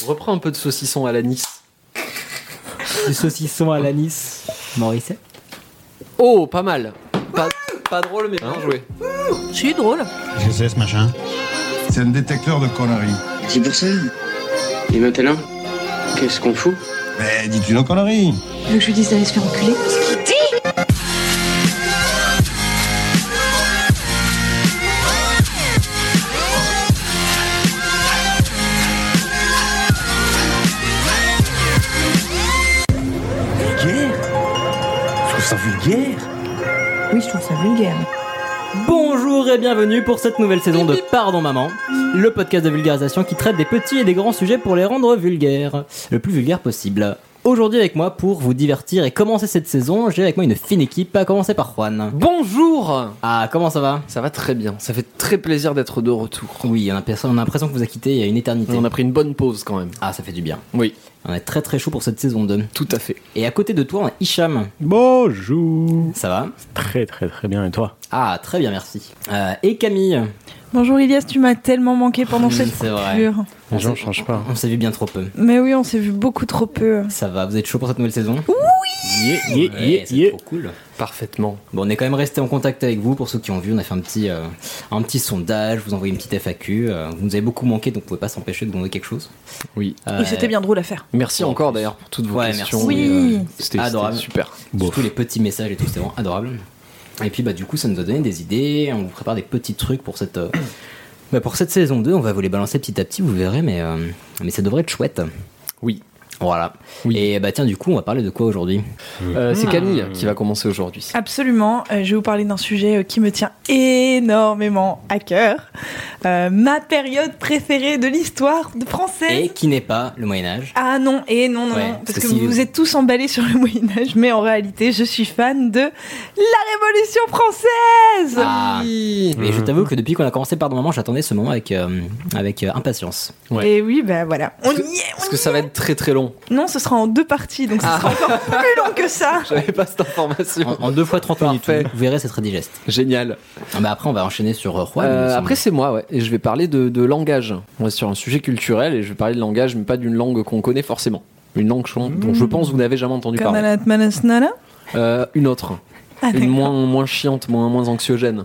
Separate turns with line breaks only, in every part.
Reprends un peu de saucisson à l'anis.
Du saucisson à l'anis. Morisset.
Oh, pas mal. Pas drôle, mais bien joué.
C'est drôle.
Qu'est-ce que c'est ce machin?
C'est un détecteur de conneries.
C'est pour ça. Et maintenant, qu'est-ce qu'on fout?
Mais dis-tu nos conneries?
Je lui dis d'aller se faire enculer.
Vulgaire? Je trouve ça vulgaire.
Oui, je trouve ça vulgaire.
Bonjour et bienvenue pour cette nouvelle saison de Pardon Maman, le podcast de vulgarisation qui traite des petits et des grands sujets pour les rendre vulgaires, le plus vulgaire possible. Aujourd'hui avec moi pour vous divertir et commencer cette saison, j'ai avec moi une fine équipe, à commencer par Juan.
Bonjour.
Ah, comment ça va?
Ça va très bien, ça fait très plaisir d'être de retour.
Oui, on a l'impression que vous a quitté il y a une éternité.
On a pris une bonne pause quand même.
Ah, ça fait du bien.
Oui,
On est très très chaud pour cette saison 2.
tout à fait.
Et à côté de toi, on a Hicham.
Bonjour.
Ça va?
Très très très bien, et toi?
Ah, très bien, merci. Et Camille.
Bonjour Ilias, tu m'as tellement manqué pendant
Oui,
cette
c'est vrai.
coupure.
Les gens changent pas.
On s'est vu bien trop peu.
Mais oui, on s'est vu beaucoup trop peu.
Ça va, vous êtes chaud pour cette nouvelle saison?
Yeah,
Ouais, c'est trop cool.
Parfaitement.
Bon, on est quand même resté en contact avec vous. Pour ceux qui ont vu, on a fait un petit sondage, vous envoyez une petite FAQ. Vous nous avez beaucoup manqué, donc vous pouvez pas s'empêcher de demander quelque chose.
Oui.
Et c'était bien drôle à faire.
Merci
Bon,
encore d'ailleurs pour toutes vos
ouais,
questions.
merci.
Oui.
C'était
Adorable.
super.
Surtout les petits messages et tout, c'était vraiment adorable. Et puis du coup, ça nous a donné des idées. On vous prépare des petits trucs pour cette saison 2. On va vous les balancer petit à petit, vous verrez, mais ça devrait être chouette.
Oui.
Voilà.
Oui.
Et tiens, du coup, on va parler de quoi aujourd'hui?
C'est Camille qui va commencer aujourd'hui.
Absolument, je vais vous parler d'un sujet qui me tient énormément à cœur. Ma période préférée de l'histoire française.
Et qui n'est pas le Moyen-Âge.
Ah non, et non,
Ouais,
non, parce
parce
que
que si-
vous êtes tous emballés sur le Moyen-Âge, mais en réalité, je suis fan de la Révolution française.
Ah. Mais je t'avoue que depuis qu'on a commencé Pardon Maman, j'attendais ce moment avec impatience.
Ouais.
Et oui, ben voilà, on y est.
Parce que ça va être très très long.
Non, ce sera en 2 parties, donc ce sera encore plus long que ça.
J'avais pas cette information.
En 2 fois 30 minutes,
Parfait.
vous verrez, c'est très digeste.
Génial.
Après, on va enchaîner sur Juan. il me semble.
Après c'est moi, ouais. Et je vais parler de langage. On est sur un sujet culturel et je vais parler de langage, mais pas d'une langue qu'on connaît forcément. Une langue dont je pense que vous n'avez jamais entendu parler.
Kanalat Manasnala.
Une autre.
Ah,
Une
d'accord.
moins chiante, moins anxiogène.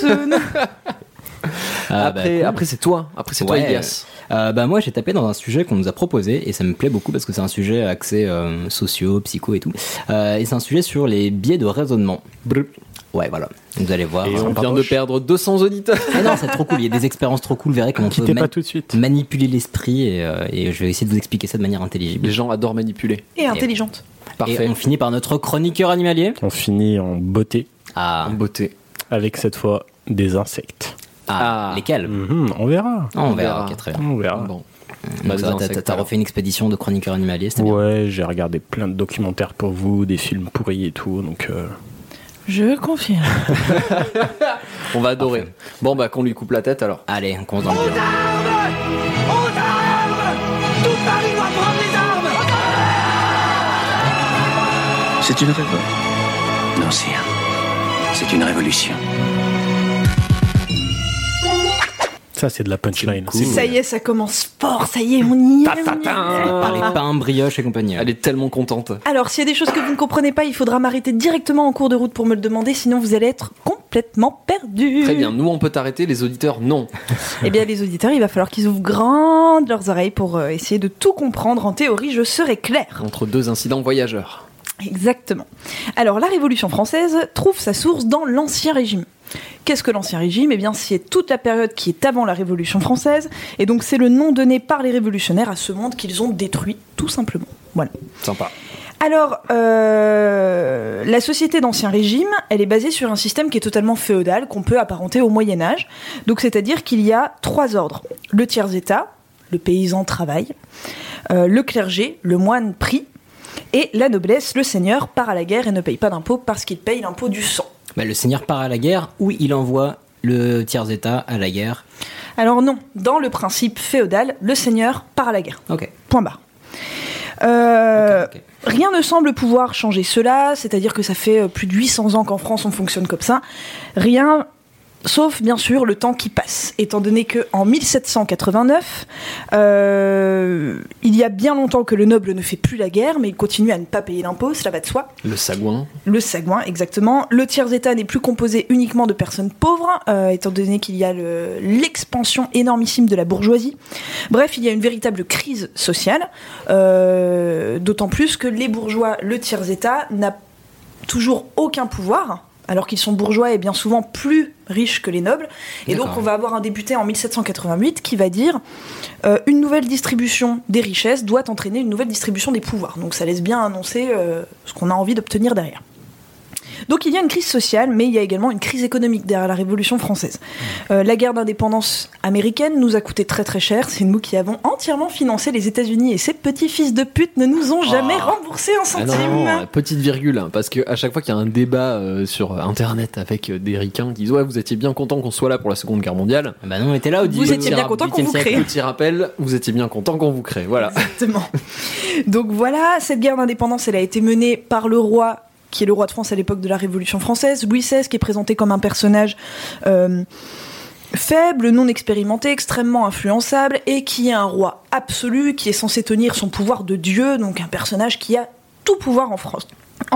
Après c'est toi. Après c'est toi,
Ouais.
Ilias.
Moi, j'ai tapé dans un sujet qu'on nous a proposé et ça me plaît beaucoup parce que c'est un sujet axé sociaux, psycho et tout. Et c'est un sujet sur les biais de raisonnement. Ouais, voilà. Vous allez voir.
Et on vient de perdre 200 auditeurs.
Ah non, c'est trop cool. Il y a des expériences trop cool. Vous verrez comment on peut
Quittez pas tout de suite.
manipuler l'esprit et je vais essayer de vous expliquer ça de manière intelligible.
Les gens adorent manipuler.
Et intelligente.
Parfait.
Et on finit par notre chroniqueur animalier.
On finit en beauté
Ah,
En beauté.
avec cette fois des insectes.
lesquels?
On verra.
On
on
verra.
verra.
Ok, très bien.
On verra.
Bon.
Donc
Des
ça va,
insectes,
t'as
alors.
refait une expédition de chroniqueur animalier, c'était bien.
Ouais, j'ai regardé plein de documentaires pour vous, des films pourris et tout, donc
Je confirme.
On va adorer.
Parfait.
Bon bah qu'on lui coupe la tête alors.
Allez, on commence dans le dur.
C'est une révolte. Non, sire. C'est une révolution.
ça c'est de la punchline.
C'est cool.
Ça y est, ça commence fort. Ça y est, on y est.
Par les pains, brioches et compagnie.
Elle est tellement contente.
Alors, s'il y a des choses que vous ne comprenez pas, il faudra m'arrêter directement en cours de route pour me le demander, sinon vous allez être complètement perdu.
Très bien, nous on peut t'arrêter, les auditeurs non.
Eh bien, les auditeurs, il va falloir qu'ils ouvrent grandes leurs oreilles pour essayer de tout comprendre. En théorie, je serai clair.
Entre deux incidents voyageurs.
Exactement. Alors, la Révolution française trouve sa source dans l'Ancien Régime. Qu'est-ce que l'Ancien Régime ? Eh bien, c'est toute la période qui est avant la Révolution française, et donc c'est le nom donné par les révolutionnaires à ce monde qu'ils ont détruit, tout simplement. Voilà.
Sympa.
Alors, la société d'Ancien Régime, elle est basée sur un système qui est totalement féodal, qu'on peut apparenter au Moyen-Âge. Donc, c'est-à-dire qu'il y a 3 ordres. Le tiers-état, le paysan travaille, le clergé, le moine prie, et la noblesse, le seigneur, part à la guerre et ne paye pas d'impôt parce qu'il paye l'impôt du sang.
Le seigneur part à la guerre ou il envoie le tiers-état à la guerre.
Alors non, dans le principe féodal, le seigneur part à la guerre.
Ok.
Point barre.
Ok.
Rien ne semble pouvoir changer cela, c'est-à-dire que ça fait plus de 800 ans qu'en France on fonctionne comme ça. Rien, Sauf, bien sûr, le temps qui passe, étant donné qu'en 1789, il y a bien longtemps que le noble ne fait plus la guerre, mais il continue à ne pas payer l'impôt, cela va de soi.
Le sagouin.
Le sagouin, exactement. Le tiers-état n'est plus composé uniquement de personnes pauvres, étant donné qu'il y a l'expansion énormissime de la bourgeoisie. Bref, il y a une véritable crise sociale, d'autant plus que les bourgeois, le tiers-état, n'a toujours aucun pouvoir, alors qu'ils sont bourgeois et bien souvent plus riches que les nobles. Et
D'accord.
donc on va avoir un député en 1788 qui va dire une nouvelle distribution des richesses doit entraîner une nouvelle distribution des pouvoirs. Donc ça laisse bien annoncer ce qu'on a envie d'obtenir derrière. Donc il y a une crise sociale, mais il y a également une crise économique derrière la Révolution française. La guerre d'indépendance américaine nous a coûté très très cher. C'est nous qui avons entièrement financé les États-Unis et ces petits fils de pute ne nous ont jamais remboursé un
Ah
centime.
non, petite virgule, hein, parce qu'à chaque fois qu'il y a un débat sur Internet avec des ricains qui disent ouais, vous étiez bien content qu'on soit là pour la Seconde Guerre mondiale.
Bah non, on était là au
Vous étiez bien content qu'on vous crée.
Petit rappel, vous étiez bien content qu'on vous crée. Voilà.
Exactement. Donc voilà, cette guerre d'indépendance, elle a été menée par le roi, qui est le roi de France à l'époque de la Révolution française, Louis XVI, qui est présenté comme un personnage faible, non expérimenté, extrêmement influençable, et qui est un roi absolu, qui est censé tenir son pouvoir de Dieu, donc un personnage qui a tout pouvoir en France.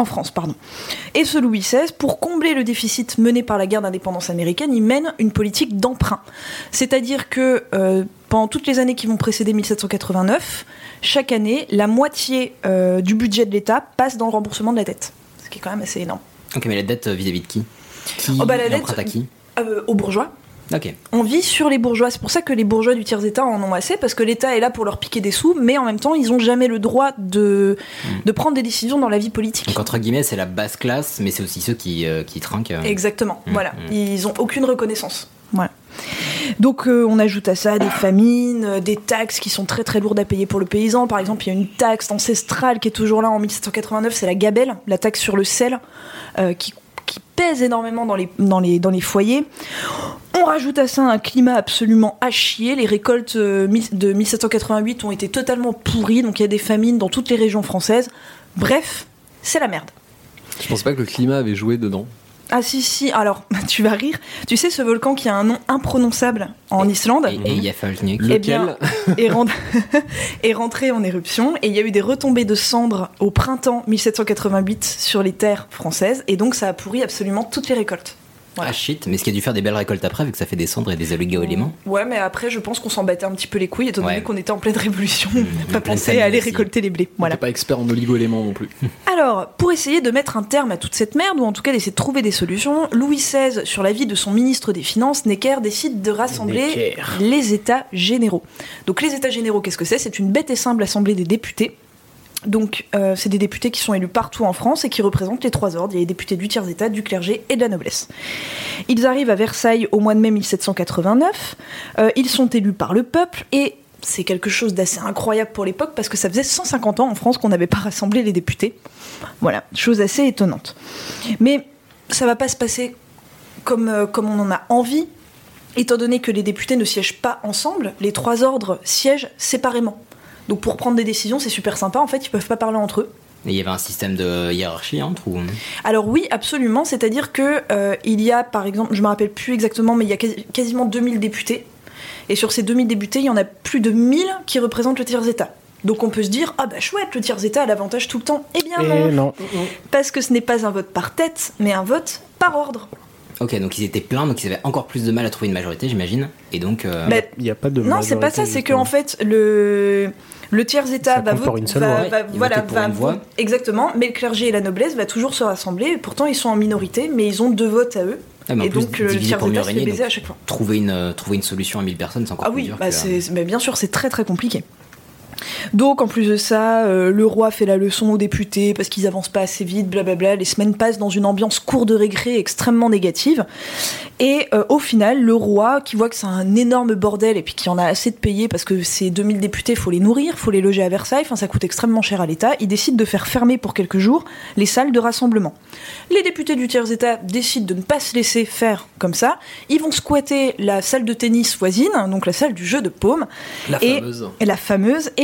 Et ce Louis XVI, pour combler le déficit mené par la guerre d'indépendance américaine, il mène une politique d'emprunt. C'est-à-dire que pendant toutes les années qui vont précéder 1789, chaque année, la moitié du budget de l'État passe dans le remboursement de la dette. Ce qui est quand même assez énorme.
Ok, mais la dette vis-à-vis de qui?
La dette
emprunte à qui?
Aux bourgeois.
Ok.
On vit sur les bourgeois. C'est pour ça que les bourgeois du tiers-état en ont assez, parce que l'État est là pour leur piquer des sous, mais en même temps, ils n'ont jamais le droit de prendre des décisions dans la vie politique.
Donc entre guillemets, c'est la basse classe, mais c'est aussi ceux qui trinquent.
Exactement, voilà. Ils n'ont aucune reconnaissance. Voilà. Donc on ajoute à ça des famines, des taxes qui sont très très lourdes à payer pour le paysan. Par exemple, il y a une taxe ancestrale qui est toujours là en 1789, c'est la gabelle, la taxe sur le sel, qui pèse énormément dans les foyers. On rajoute à ça un climat absolument à chier. Les récoltes de 1788 ont été totalement pourries, donc il y a des famines dans toutes les régions françaises. Bref, c'est la merde.
Je pense pas que le climat avait joué dedans.
Ah si, alors tu vas rire. Tu sais ce volcan qui a un nom imprononçable en Islande,
Et Eyjafjallajökull.
eh bien, est rentré en éruption et il y a eu des retombées de cendres au printemps 1788 sur les terres françaises et donc ça a pourri absolument toutes les récoltes. Voilà.
Ah shit, mais ce qui a dû faire des belles récoltes après, vu que ça fait des cendres et des oligo-éléments.
Ouais, mais après, je pense qu'on s'en battait un petit peu les couilles, étant donné
Ouais.
qu'on était en pleine révolution. On n'a pas
pleine
pensé à aller
famine aussi.
récolter les blés.
On
Voilà.
n'est pas expert en oligo-éléments non plus.
Alors, pour essayer de mettre un terme à toute cette merde, ou en tout cas d'essayer de trouver des solutions, Louis XVI, sur l'avis de son ministre des Finances, Necker, décide de rassembler les États généraux. Donc les États généraux, qu'est-ce que c'est ? C'est une bête et simple assemblée des députés. Donc, c'est des députés qui sont élus partout en France et qui représentent les trois ordres. Il y a les députés du tiers-état, du clergé et de la noblesse. Ils arrivent à Versailles au mois de mai 1789. Ils sont élus par le peuple et c'est quelque chose d'assez incroyable pour l'époque parce que ça faisait 150 ans en France qu'on n'avait pas rassemblé les députés. Voilà, chose assez étonnante. Mais ça va pas se passer comme on en a envie, étant donné que les députés ne siègent pas ensemble. Les trois ordres siègent séparément. Donc pour prendre des décisions, c'est super sympa. En fait, ils peuvent pas parler entre eux.
Et il y avait un système de hiérarchie entre ou...
Alors oui, absolument. C'est-à-dire que il y a, par exemple, je me rappelle plus exactement, mais il y a quasiment 2000 députés. Et sur ces 2000 députés, il y en a plus de 1000 qui représentent le tiers-état. Donc on peut se dire, ah bah chouette, le tiers-état a l'avantage tout le temps. Eh bien non. Parce que ce n'est pas un vote par tête, mais un vote par ordre.
Ok, donc ils étaient pleins, donc ils avaient encore plus de mal à trouver une majorité, j'imagine. Et donc...
Il n'y a pas de
Non, c'est pas ça, c'est qu'en fait, le tiers-état
Ça
va
compte pour
voter.
une seule voix.
voter pour une voix.
Exactement, mais le clergé et la noblesse va toujours se rassembler. Et pourtant, ils sont en minorité, mais ils ont 2 votes à eux.
Ah, mais en
et
plus,
donc, le
diviser pour mieux
tiers-état se fait
régner,
baiser
donc
à chaque fois.
trouver une solution à 1000 personnes, c'est encore
Ah
plus
oui,
dur.
mais bien sûr, c'est très très compliqué. Donc en plus de ça, le roi fait la leçon aux députés parce qu'ils avancent pas assez vite, blablabla. Les semaines passent dans une ambiance cour de récré extrêmement négative. Et au final, le roi, qui voit que c'est un énorme bordel et puis qu'il en a assez de payer parce que ces 2000 députés, faut les nourrir, faut les loger à Versailles, enfin ça coûte extrêmement cher à l'État, il décide de faire fermer pour quelques jours les salles de rassemblement. Les députés du tiers-état décident de ne pas se laisser faire comme ça. Ils vont squatter la salle de tennis voisine, donc la salle du jeu de paume.
La fameuse.
Et la fameuse, et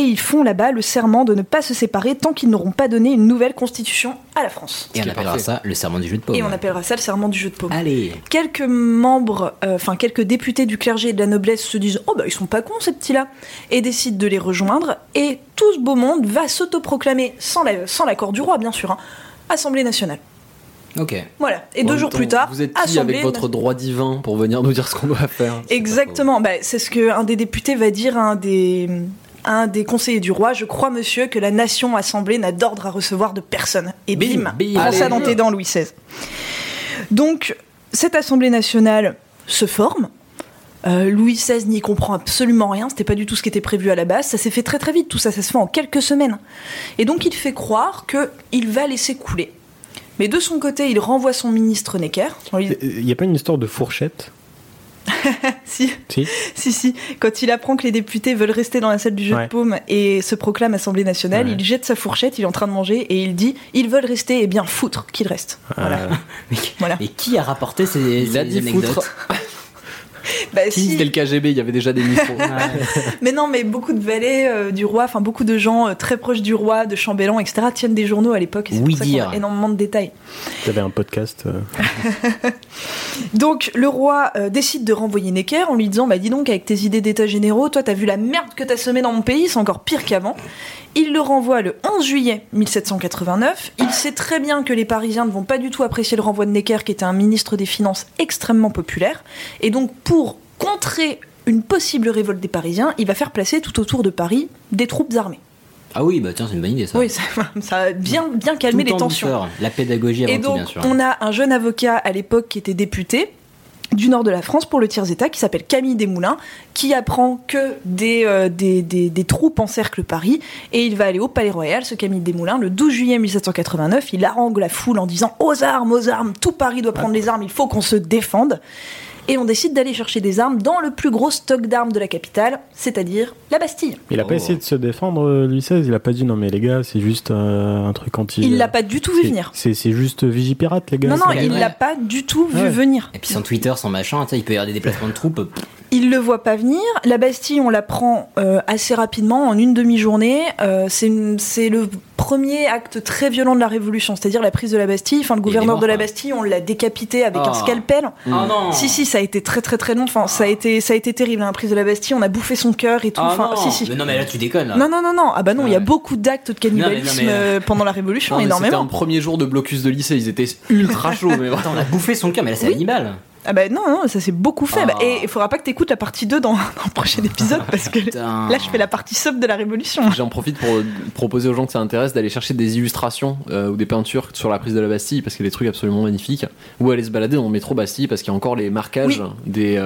ils font là-bas le serment de ne pas se séparer tant qu'ils n'auront pas donné une nouvelle constitution à la France.
Et on appellera ça le serment du jeu de paume.
Et on appellera ça le serment du jeu de paume.
Allez.
Quelques quelques députés du clergé et de la noblesse se disent « Oh bah ils sont pas cons ces petits-là » et décident de les rejoindre. Et tout ce beau monde va s'autoproclamer, sans l'accord du roi bien sûr, hein, Assemblée nationale.
Ok.
Voilà. Et 2 jours plus tard,
vous êtes qui avec votre droit divin pour venir nous dire ce qu'on doit faire?
Exactement. C'est ce qu'un des députés va dire à un des conseillers du roi. Je crois, monsieur, que la nation assemblée n'a d'ordre à recevoir de personne. Et bim, prends ça dans tes dents, Louis XVI. Donc, cette assemblée nationale se forme. Louis XVI n'y comprend absolument rien, c'était pas du tout ce qui était prévu à la base, ça s'est fait très très vite, tout ça se fait en quelques semaines. Et donc il fait croire qu'il va laisser couler. Mais de son côté, il renvoie son ministre Necker.
Il n'y a pas une histoire de fourchette?
Si. Quand il apprend que les députés veulent rester dans la salle du jeu de paume et se proclame Assemblée nationale, il jette sa fourchette, il est en train de manger et il dit « Ils veulent rester, et bien foutre qu'ils restent. » Voilà.
Mais qui a rapporté ces anecdotes?
Si c'était le KGB, il y avait déjà des micros.
Mais non, mais beaucoup de valets du roi, enfin beaucoup de gens très proches du roi, de chambellans, etc., tiennent des journaux à l'époque. Et c'est pour ça qu'on a énormément de détails.
Tu avais un podcast.
Donc le roi décide de renvoyer Necker en lui disant dis donc, avec tes idées d'état généraux, toi t'as vu la merde que t'as semée dans mon pays, c'est encore pire qu'avant. Il le renvoie le 11 juillet 1789. Il sait très bien que les Parisiens ne vont pas du tout apprécier le renvoi de Necker, qui était un ministre des Finances extrêmement populaire. Et donc, pour contrer une possible révolte des Parisiens, il va faire placer tout autour de Paris des troupes armées.
Ah oui, tiens, c'est une bonne idée ça.
Oui, ça a bien calmé les tensions.
Douceur. La pédagogie avant tout, bien sûr.
Et donc, on a un jeune avocat à l'époque qui était député du nord de la France pour le tiers-état, qui s'appelle Camille Desmoulins, qui apprend que des troupes encerclent Paris, et il va aller au Palais Royal, ce Camille Desmoulins, le 12 juillet 1789, il harangue la foule en disant « Aux armes, tout Paris doit prendre les armes, il faut qu'on se défende ». Et on décide d'aller chercher des armes dans le plus gros stock d'armes de la capitale, c'est-à-dire la Bastille.
Il a pas essayé de se défendre, Louis XVI. Il a pas dit non mais les gars, c'est juste un truc anti.
Il l'a pas du tout vu venir.
C'est juste Vigipirate, les gars.
Non, il l'a pas du tout vu venir.
Et puis son Twitter, son machin, il peut y avoir des déplacements de troupes.
Il le voit pas venir. La Bastille, on la prend assez rapidement, en une demi-journée. C'est le premier acte très violent de la Révolution, c'est-à-dire la prise de la Bastille. Enfin, le gouverneur de la Bastille, on l'a décapité avec un scalpel.
Oh non.
Si, ça a été très très très long. Enfin, ça a été terrible. La prise de la Bastille, on a bouffé son cœur et tout. Si.
Mais non, mais là tu déconnes. Là.
Non. Ah bah non, il y a beaucoup d'actes de cannibalisme pendant la Révolution, énormément.
C'était un premier jour de blocus de lycée, ils étaient ultra chauds. Mais
attends, on a bouffé son cœur, mais là c'est animal.
Ah bah non, ça s'est beaucoup fait. Et il faudra pas que t'écoutes la partie 2 dans le prochain épisode, parce que là je fais la partie sub de la Révolution.
J'en profite pour proposer aux gens que ça intéresse d'aller chercher des illustrations ou des peintures sur la prise de la Bastille, parce qu'il y a des trucs absolument magnifiques, ou aller se balader dans le métro Bastille, parce qu'il y a encore les marquages des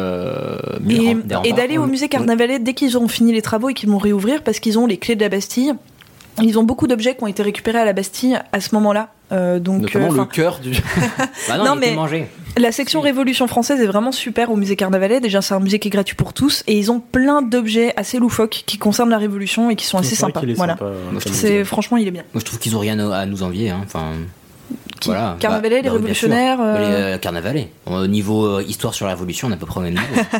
murs.
Et d'aller au musée Carnavalet dès qu'ils auront fini les travaux et qu'ils vont réouvrir, parce qu'ils ont les clés de la Bastille. Ils ont beaucoup d'objets qui ont été récupérés à la Bastille à ce moment-là.
Notamment le cœur du...
non, mais mangé.
La section Révolution française est vraiment super au musée Carnavalet. Déjà, c'est un musée qui est gratuit pour tous. Et ils ont plein d'objets assez loufoques qui concernent la Révolution et qui sont assez sympas. Voilà. Franchement, il est bien.
Moi, je trouve qu'ils ont rien à nous envier. Enfin...
Voilà. Carnavalet, les révolutionnaires
les Carnavalet. Au niveau histoire sur la Révolution, on est à peu près au même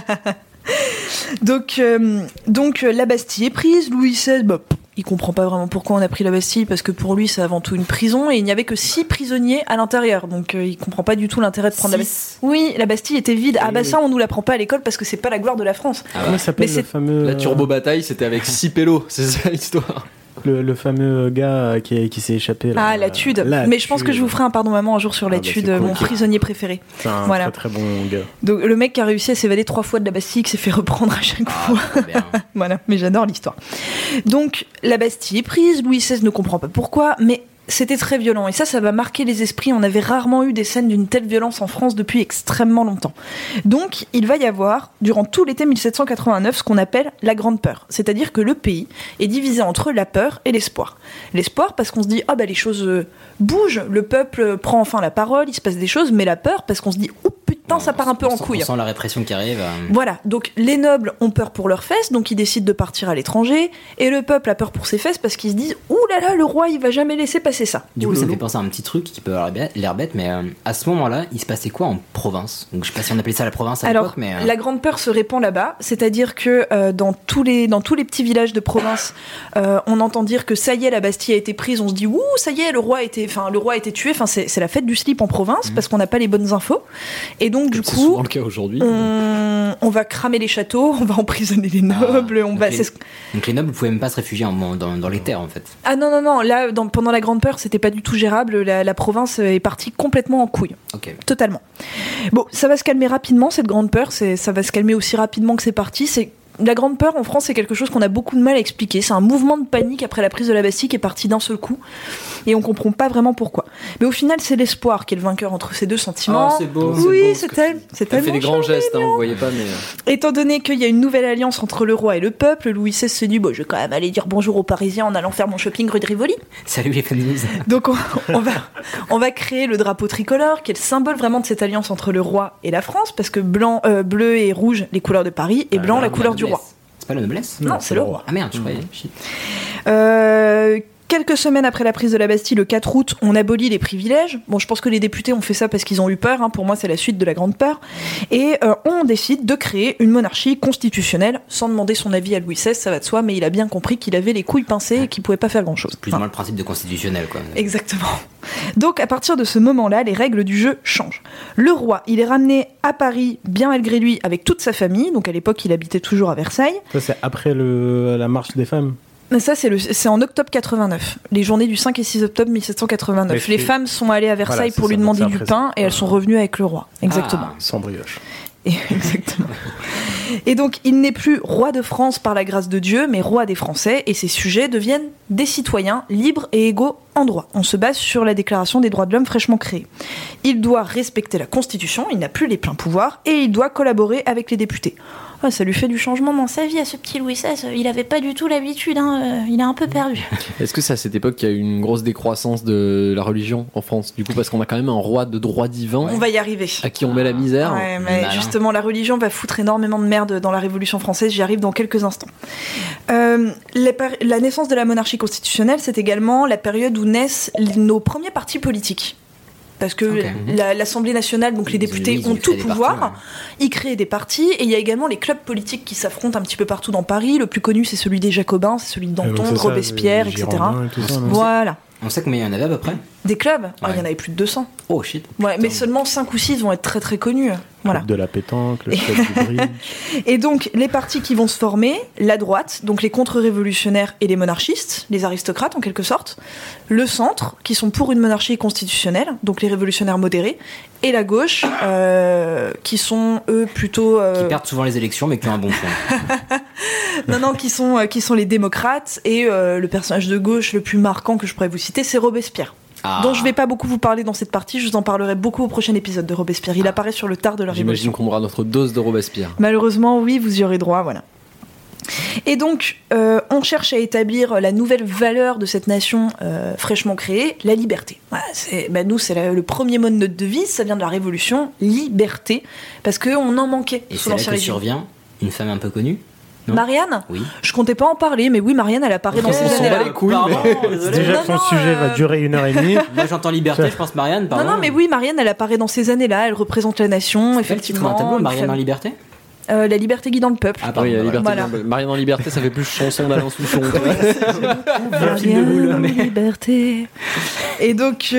niveau. Donc la Bastille est prise. Louis XVI, il comprend pas vraiment pourquoi on a pris la Bastille, parce que pour lui c'est avant tout une prison et il n'y avait que 6 prisonniers à l'intérieur, donc il comprend pas du tout l'intérêt de prendre la Bastille. Oui, la Bastille était vide. Ça on nous l'apprend pas à l'école parce que c'est pas la gloire de la France.
Comment s'appelle le fameux...
La turbo-bataille, c'était avec 6 pélos, c'est ça l'histoire.
Le fameux gars qui s'est échappé là.
La Tude. Mais je pense que je vous ferai un pardon maman un jour sur la Tude, mon prisonnier préféré.
C'est un très très bon gars.
Donc le mec qui a réussi à s'évader 3 fois de la Bastille, qui s'est fait reprendre à chaque fois. Voilà, mais j'adore l'histoire. Donc la Bastille est prise, Louis XVI ne comprend pas pourquoi, mais c'était très violent et ça va marquer les esprits. On avait rarement eu des scènes d'une telle violence en France depuis extrêmement longtemps. Donc il va y avoir, durant tout l'été 1789, ce qu'on appelle la Grande Peur. C'est-à-dire que le pays est divisé entre la peur et l'espoir. L'espoir parce qu'on se dit, les choses bougent, le peuple prend enfin la parole, il se passe des choses, mais la peur parce qu'on se dit, oh putain, ça part un peu en couille.
On sent la répression qui arrive.
Voilà, donc les nobles ont peur pour leurs fesses, donc ils décident de partir à l'étranger, et le peuple a peur pour ses fesses parce qu'ils se disent « Ouh là là, le roi, il va jamais laisser passer ça ».
Du coup, ça me fait penser à un petit truc qui peut avoir l'air bête, mais à ce moment-là, il se passait quoi en province ? Donc je sais pas si on appelait ça la province à l'époque, mais...
La grande peur se répand là-bas, c'est-à-dire que dans tous les petits villages de province, on entend dire que ça y est, la Bastille a été prise, on se dit « Ouh, ça y est, le roi a été tué », c'est la fête du slip en province, parce qu'on n'a pas les bonnes infos, et donc du coup...
C'est souvent le cas aujourd'hui.
On va cramer les châteaux, on va emprisonner les nobles,
Donc les nobles ne pouvaient même pas se réfugier dans les terres en fait.
Ah non, là, pendant la Grande Peur, c'était pas du tout gérable, la province est partie complètement en couille.
Ok.
Totalement. Bon, ça va se calmer rapidement, cette Grande Peur, ça va se calmer aussi rapidement que c'est parti, La Grande Peur en France, c'est quelque chose qu'on a beaucoup de mal à expliquer. C'est un mouvement de panique après la prise de la Bastille qui est parti d'un seul coup. Et on comprend pas vraiment pourquoi. Mais au final, c'est l'espoir qui est le vainqueur entre ces deux sentiments.
Oh, c'est beau.
Oui, c'est tellement.
Elle fait des grands gestes, vous voyez pas, mais.
Étant donné qu'il y a une nouvelle alliance entre le roi et le peuple, Louis XVI se dit, je vais quand même aller dire bonjour aux Parisiens en allant faire mon shopping rue de Rivoli.
Salut les féministes.
Donc on va créer le drapeau tricolore, qui est le symbole vraiment de cette alliance entre le roi et la France, parce que bleu et rouge, les couleurs de Paris, et blanc, la couleur du roi.
C'est pas la noblesse ?
Non, c'est le roi.
Ah merde, je croyais.
Quelques semaines après la prise de la Bastille, le 4 août, on abolit les privilèges. Bon, je pense que les députés ont fait ça parce qu'ils ont eu peur. Pour moi, c'est la suite de la Grande Peur. Et on décide de créer une monarchie constitutionnelle sans demander son avis à Louis XVI, ça va de soi, mais il a bien compris qu'il avait les couilles pincées et qu'il pouvait pas faire grand-chose.
C'est plus ou moins le principe de constitutionnel, quoi.
Exactement. Donc, à partir de ce moment-là, les règles du jeu changent. Le roi, il est ramené à Paris, bien malgré lui, avec toute sa famille. Donc, à l'époque, il habitait toujours à Versailles.
Ça, c'est après la marche des femmes.
Mais ça, c'est en octobre 89, les journées du 5 et 6 octobre 1789.
Ouais,
les femmes sont allées à Versailles pour lui demander du pain et elles sont revenues avec le roi. Exactement.
Sans brioche.
Exactement. Et donc, il n'est plus roi de France par la grâce de Dieu, mais roi des Français, et ses sujets deviennent des citoyens libres et égaux en droit. On se base sur la Déclaration des droits de l'homme fraîchement créée. Il doit respecter la Constitution, il n'a plus les pleins pouvoirs, et il doit collaborer avec les députés. Oh, ça lui fait du changement dans sa vie à ce petit Louis XVI. Il avait pas du tout l'habitude, il a un peu perdu.
Est-ce que c'est à cette époque qu'il y a eu une grosse décroissance de la religion en France ? Du coup, parce qu'on a quand même un roi de droit divin.
On va y arriver.
À qui on met la misère.
Ouais, mais justement, la religion va foutre énormément de merde dans la Révolution française. J'y arrive dans quelques instants. La naissance de la monarchie constitutionnelle, c'est également la période où naissent nos premiers partis politiques. Parce que l'Assemblée nationale, donc les députés ont tout pouvoir, ils créent des partis, et il y a également les clubs politiques qui s'affrontent un petit peu partout dans Paris. Le plus connu, c'est celui des Jacobins, c'est celui de Danton, de Robespierre, etc. Voilà.
On sait combien il y en avait à peu près ?
Des clubs ? Il y en avait plus de 200.
Oh shit.
Ouais, mais seulement 5 ou 6 vont être très très connus. Voilà.
Le club de la pétanque, le club du bridge.
Et donc, les partis qui vont se former, la droite, donc les contre-révolutionnaires et les monarchistes, les aristocrates en quelque sorte, le centre, qui sont pour une monarchie constitutionnelle, donc les révolutionnaires modérés, et la gauche, qui sont eux plutôt...
Qui perdent souvent les élections, mais qui ont un bon point.
Non, qui sont les démocrates, et le personnage de gauche le plus marquant que je pourrais vous citer, c'est Robespierre. Dont je vais pas beaucoup vous parler dans cette partie, je vous en parlerai beaucoup au prochain épisode de Robespierre. Il apparaît sur le tard de la Révolution.
J'imagine qu'on aura notre dose de Robespierre.
Malheureusement, oui, vous y aurez droit, voilà. Et donc, on cherche à établir la nouvelle valeur de cette nation fraîchement créée, la liberté. Voilà, nous, c'est le premier mot de notre devise, ça vient de la Révolution, liberté, parce qu'on en manquait.
Et c'est là que survient une femme un peu connue. Non.
Marianne ?
Oui.
Je comptais pas en parler, mais oui, Marianne, elle apparaît dans ces années-là.
Les couilles,
Déjà que son sujet va durer 1h30.
Moi, j'entends liberté, je pense Marianne.
Non, mais oui, Marianne, elle apparaît dans ces années-là, elle représente la nation,
c'est
effectivement.
Un tableau, Marianne en liberté ?
La liberté guidant le peuple.
Ah, oui, la liberté.
Voilà.
Marianne en liberté, ça fait plus chanson d'Alain Souchon.
Marianne en liberté. Et donc,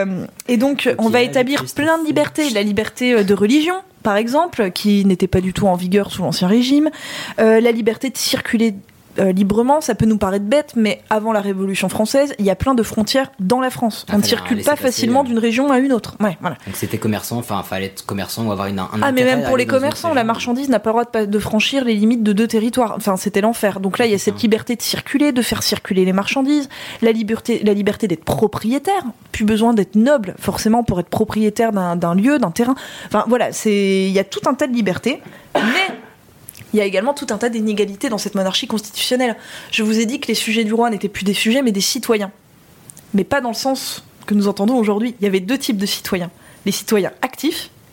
on va établir plein de libertés. La liberté de religion, par exemple, qui n'était pas du tout en vigueur sous l'Ancien Régime. La liberté de circuler librement, ça peut nous paraître bête, mais avant la Révolution française, il y a plein de frontières dans la France. On ne circule pas facilement d'une région à une autre. Ouais, voilà.
Donc c'était commerçant, fallait être commerçant ou avoir un
mais même pour les commerçants, la marchandise n'a pas le droit de franchir les limites de 2 territoires. Enfin, c'était l'enfer. Donc là, il y a cette liberté de circuler, de faire circuler les marchandises, la liberté d'être propriétaire. Plus besoin d'être noble, forcément, pour être propriétaire d'un lieu, d'un terrain. Enfin, voilà, il y a tout un tas de libertés, mais il y a également tout un tas d'inégalités dans cette monarchie constitutionnelle. Je vous ai dit que les sujets du roi n'étaient plus des sujets, mais des citoyens. Mais pas dans le sens que nous entendons aujourd'hui. Il y avait 2 types de citoyens. Les citoyens actifs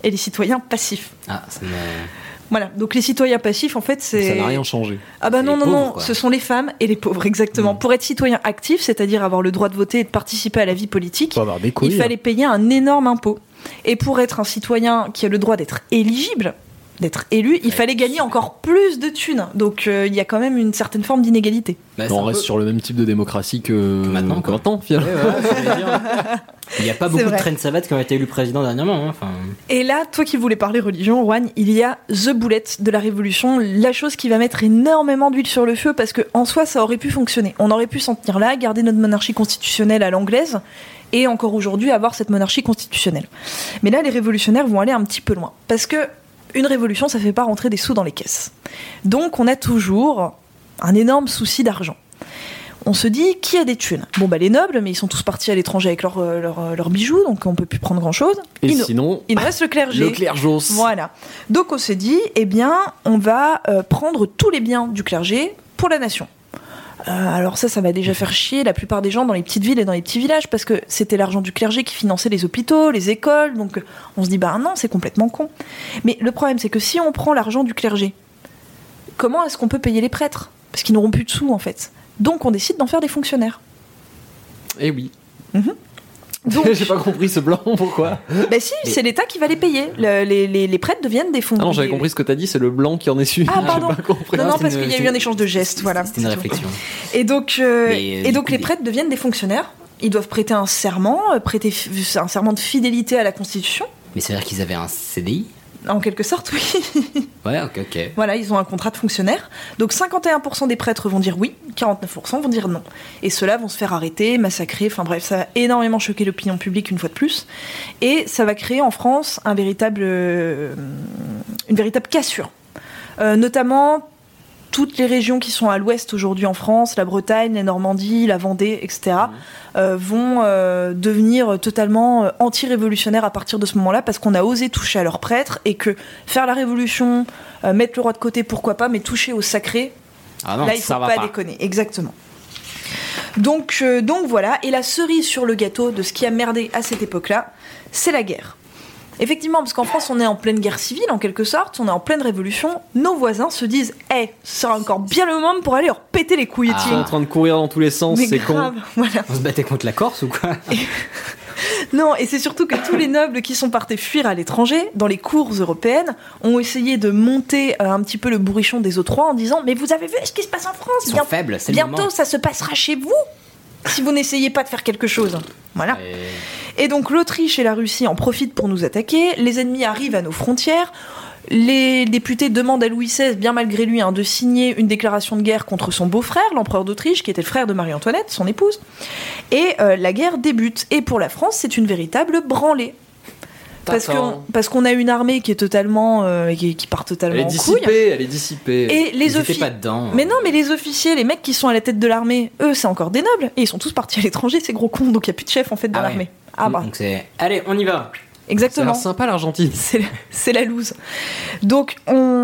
et les citoyens passifs.
Ah, ça me...
Voilà, donc les citoyens passifs, en fait, c'est...
Ça n'a rien changé.
Ah bah
C'est
non,
les
non,
pauvres,
non,
quoi.
ce sont les femmes et les pauvres, exactement. Pour être citoyen actif, c'est-à-dire avoir le droit de voter et de participer à la vie politique,
Faut avoir des couilles.
il fallait payer un énorme impôt. Et pour être un citoyen qui a le droit d'être éligible, d'être élu, il fallait gagner encore plus de thunes. Donc il y a quand même une certaine forme d'inégalité.
Bah, c'est
On
un
reste
peu-
sur le même type de démocratie que
maintenant, quoi.
finalement.
Ouais, ouais, ça veut dire. Il n'y a pas beaucoup de
vrai.
traînes savates qui ont été élus président dernièrement. Hein. Enfin,
Et là, toi qui voulais parler religion, Juan, il y a The Bullet de la Révolution, la chose qui va mettre énormément d'huile sur le feu parce que en soi, ça aurait pu fonctionner. On aurait pu s'en tenir là, garder notre monarchie constitutionnelle à l'anglaise et encore aujourd'hui avoir cette monarchie constitutionnelle. Mais là, les révolutionnaires vont aller un petit peu loin parce que une révolution, ça fait pas rentrer des sous dans les caisses. Donc, on a toujours un énorme souci d'argent. On se dit, qui a des thunes ? Bon, bah les nobles, mais ils sont tous partis à l'étranger avec leurs bijoux, donc on peut plus prendre grand-chose.
Et
Il nous-
sinon,
il nous reste le clergé.
le clergos.
Voilà. Donc on s'est dit, eh bien, on va prendre tous les biens du clergé pour la nation. Alors ça va déjà faire chier la plupart des gens dans les petites villes et dans les petits villages parce que c'était l'argent du clergé qui finançait les hôpitaux, les écoles, donc on se dit, bah non, c'est complètement con. Mais le problème, c'est que si on prend l'argent du clergé, comment est-ce qu'on peut payer les prêtres ? Parce qu'ils n'auront plus de sous, en fait. Donc on décide d'en faire des fonctionnaires.
Eh oui.
Donc,
J'ai pas compris ce blanc, pourquoi
bah si, c'est l'État qui va les payer. Les prêtres deviennent des fonds.
Ah non, j'avais compris ce que t'as dit, c'est le blanc qui en est su.
Ah,
J'ai
pardon.
pas compris.
Non, non,
c'était
parce
une-
qu'il y a eu
c'était-
un échange de gestes, voilà.
C'était une
c'est tout.
réflexion.
Et donc,
Mais,
et donc
du
les
coup,
prêtres deviennent des fonctionnaires. Ils doivent prêter un serment, un serment de fidélité à la Constitution.
Mais c'est-à-dire qu'ils avaient un CDI ?
En quelque sorte, oui.
Ouais, ok.
Voilà, ils ont un contrat de fonctionnaire. Donc 51% des prêtres vont dire oui, 49% vont dire non. Et ceux-là vont se faire arrêter, massacrer, enfin bref, ça va énormément choquer l'opinion publique une fois de plus. Et ça va créer en France une véritable cassure. Notamment toutes les régions qui sont à l'ouest aujourd'hui en France, la Bretagne, la Normandie, la Vendée, etc., vont devenir totalement anti-révolutionnaires à partir de ce moment-là parce qu'on a osé toucher à leurs prêtres et que faire la révolution, mettre le roi de côté, pourquoi pas, mais toucher au sacré,
Ah non,
là il faut
ça va
pas
pas.
déconner. Exactement. Donc voilà, et la cerise sur le gâteau de ce qui a merdé à cette époque-là, c'est la guerre. Effectivement, parce qu'en France, on est en pleine guerre civile, en quelque sorte, on est en pleine révolution, nos voisins se disent « Eh, ce sera encore bien le moment pour aller leur péter les couilles,
Ah.
Ils sont en train de courir dans tous les sens,
Mais
c'est
grave,
con.
voilà.
On se battait contre la Corse ou quoi ?
Non, et c'est surtout que tous les nobles qui sont partis fuir à l'étranger, dans les cours européennes, ont essayé de monter un petit peu le bourrichon des autres rois en disant « Mais vous avez vu ce qui se passe en France
Ils sont faibles, c'est le
Bientôt,
moment.
ça se passera chez vous si vous n'essayez pas de faire quelque chose. » Voilà. Et donc l'Autriche et la Russie en profitent pour nous attaquer, les ennemis arrivent à nos frontières, les députés demandent à Louis XVI, bien malgré lui, de signer une déclaration de guerre contre son beau-frère, l'empereur d'Autriche, qui était le frère de Marie-Antoinette, son épouse, et la guerre débute. Et pour la France, c'est une véritable branlée. Parce qu'on a une armée qui est totalement qui part totalement
Elle est
en couille.
dissipée, elle est dissipée.
Et les
Ils étaient
officiers.
pas dedans.
Mais non, mais les officiers, les mecs qui sont à la tête de l'armée, eux, c'est encore des nobles. Et ils sont tous partis à l'étranger, ces gros cons. Donc il n'y a plus de chef en fait dans
Ah ouais.
l'armée. Ah bah,
Donc c'est... Allez, on y va.
Ça a
exactement.
l'air sympa l'Argentine.
C'est la loose. Donc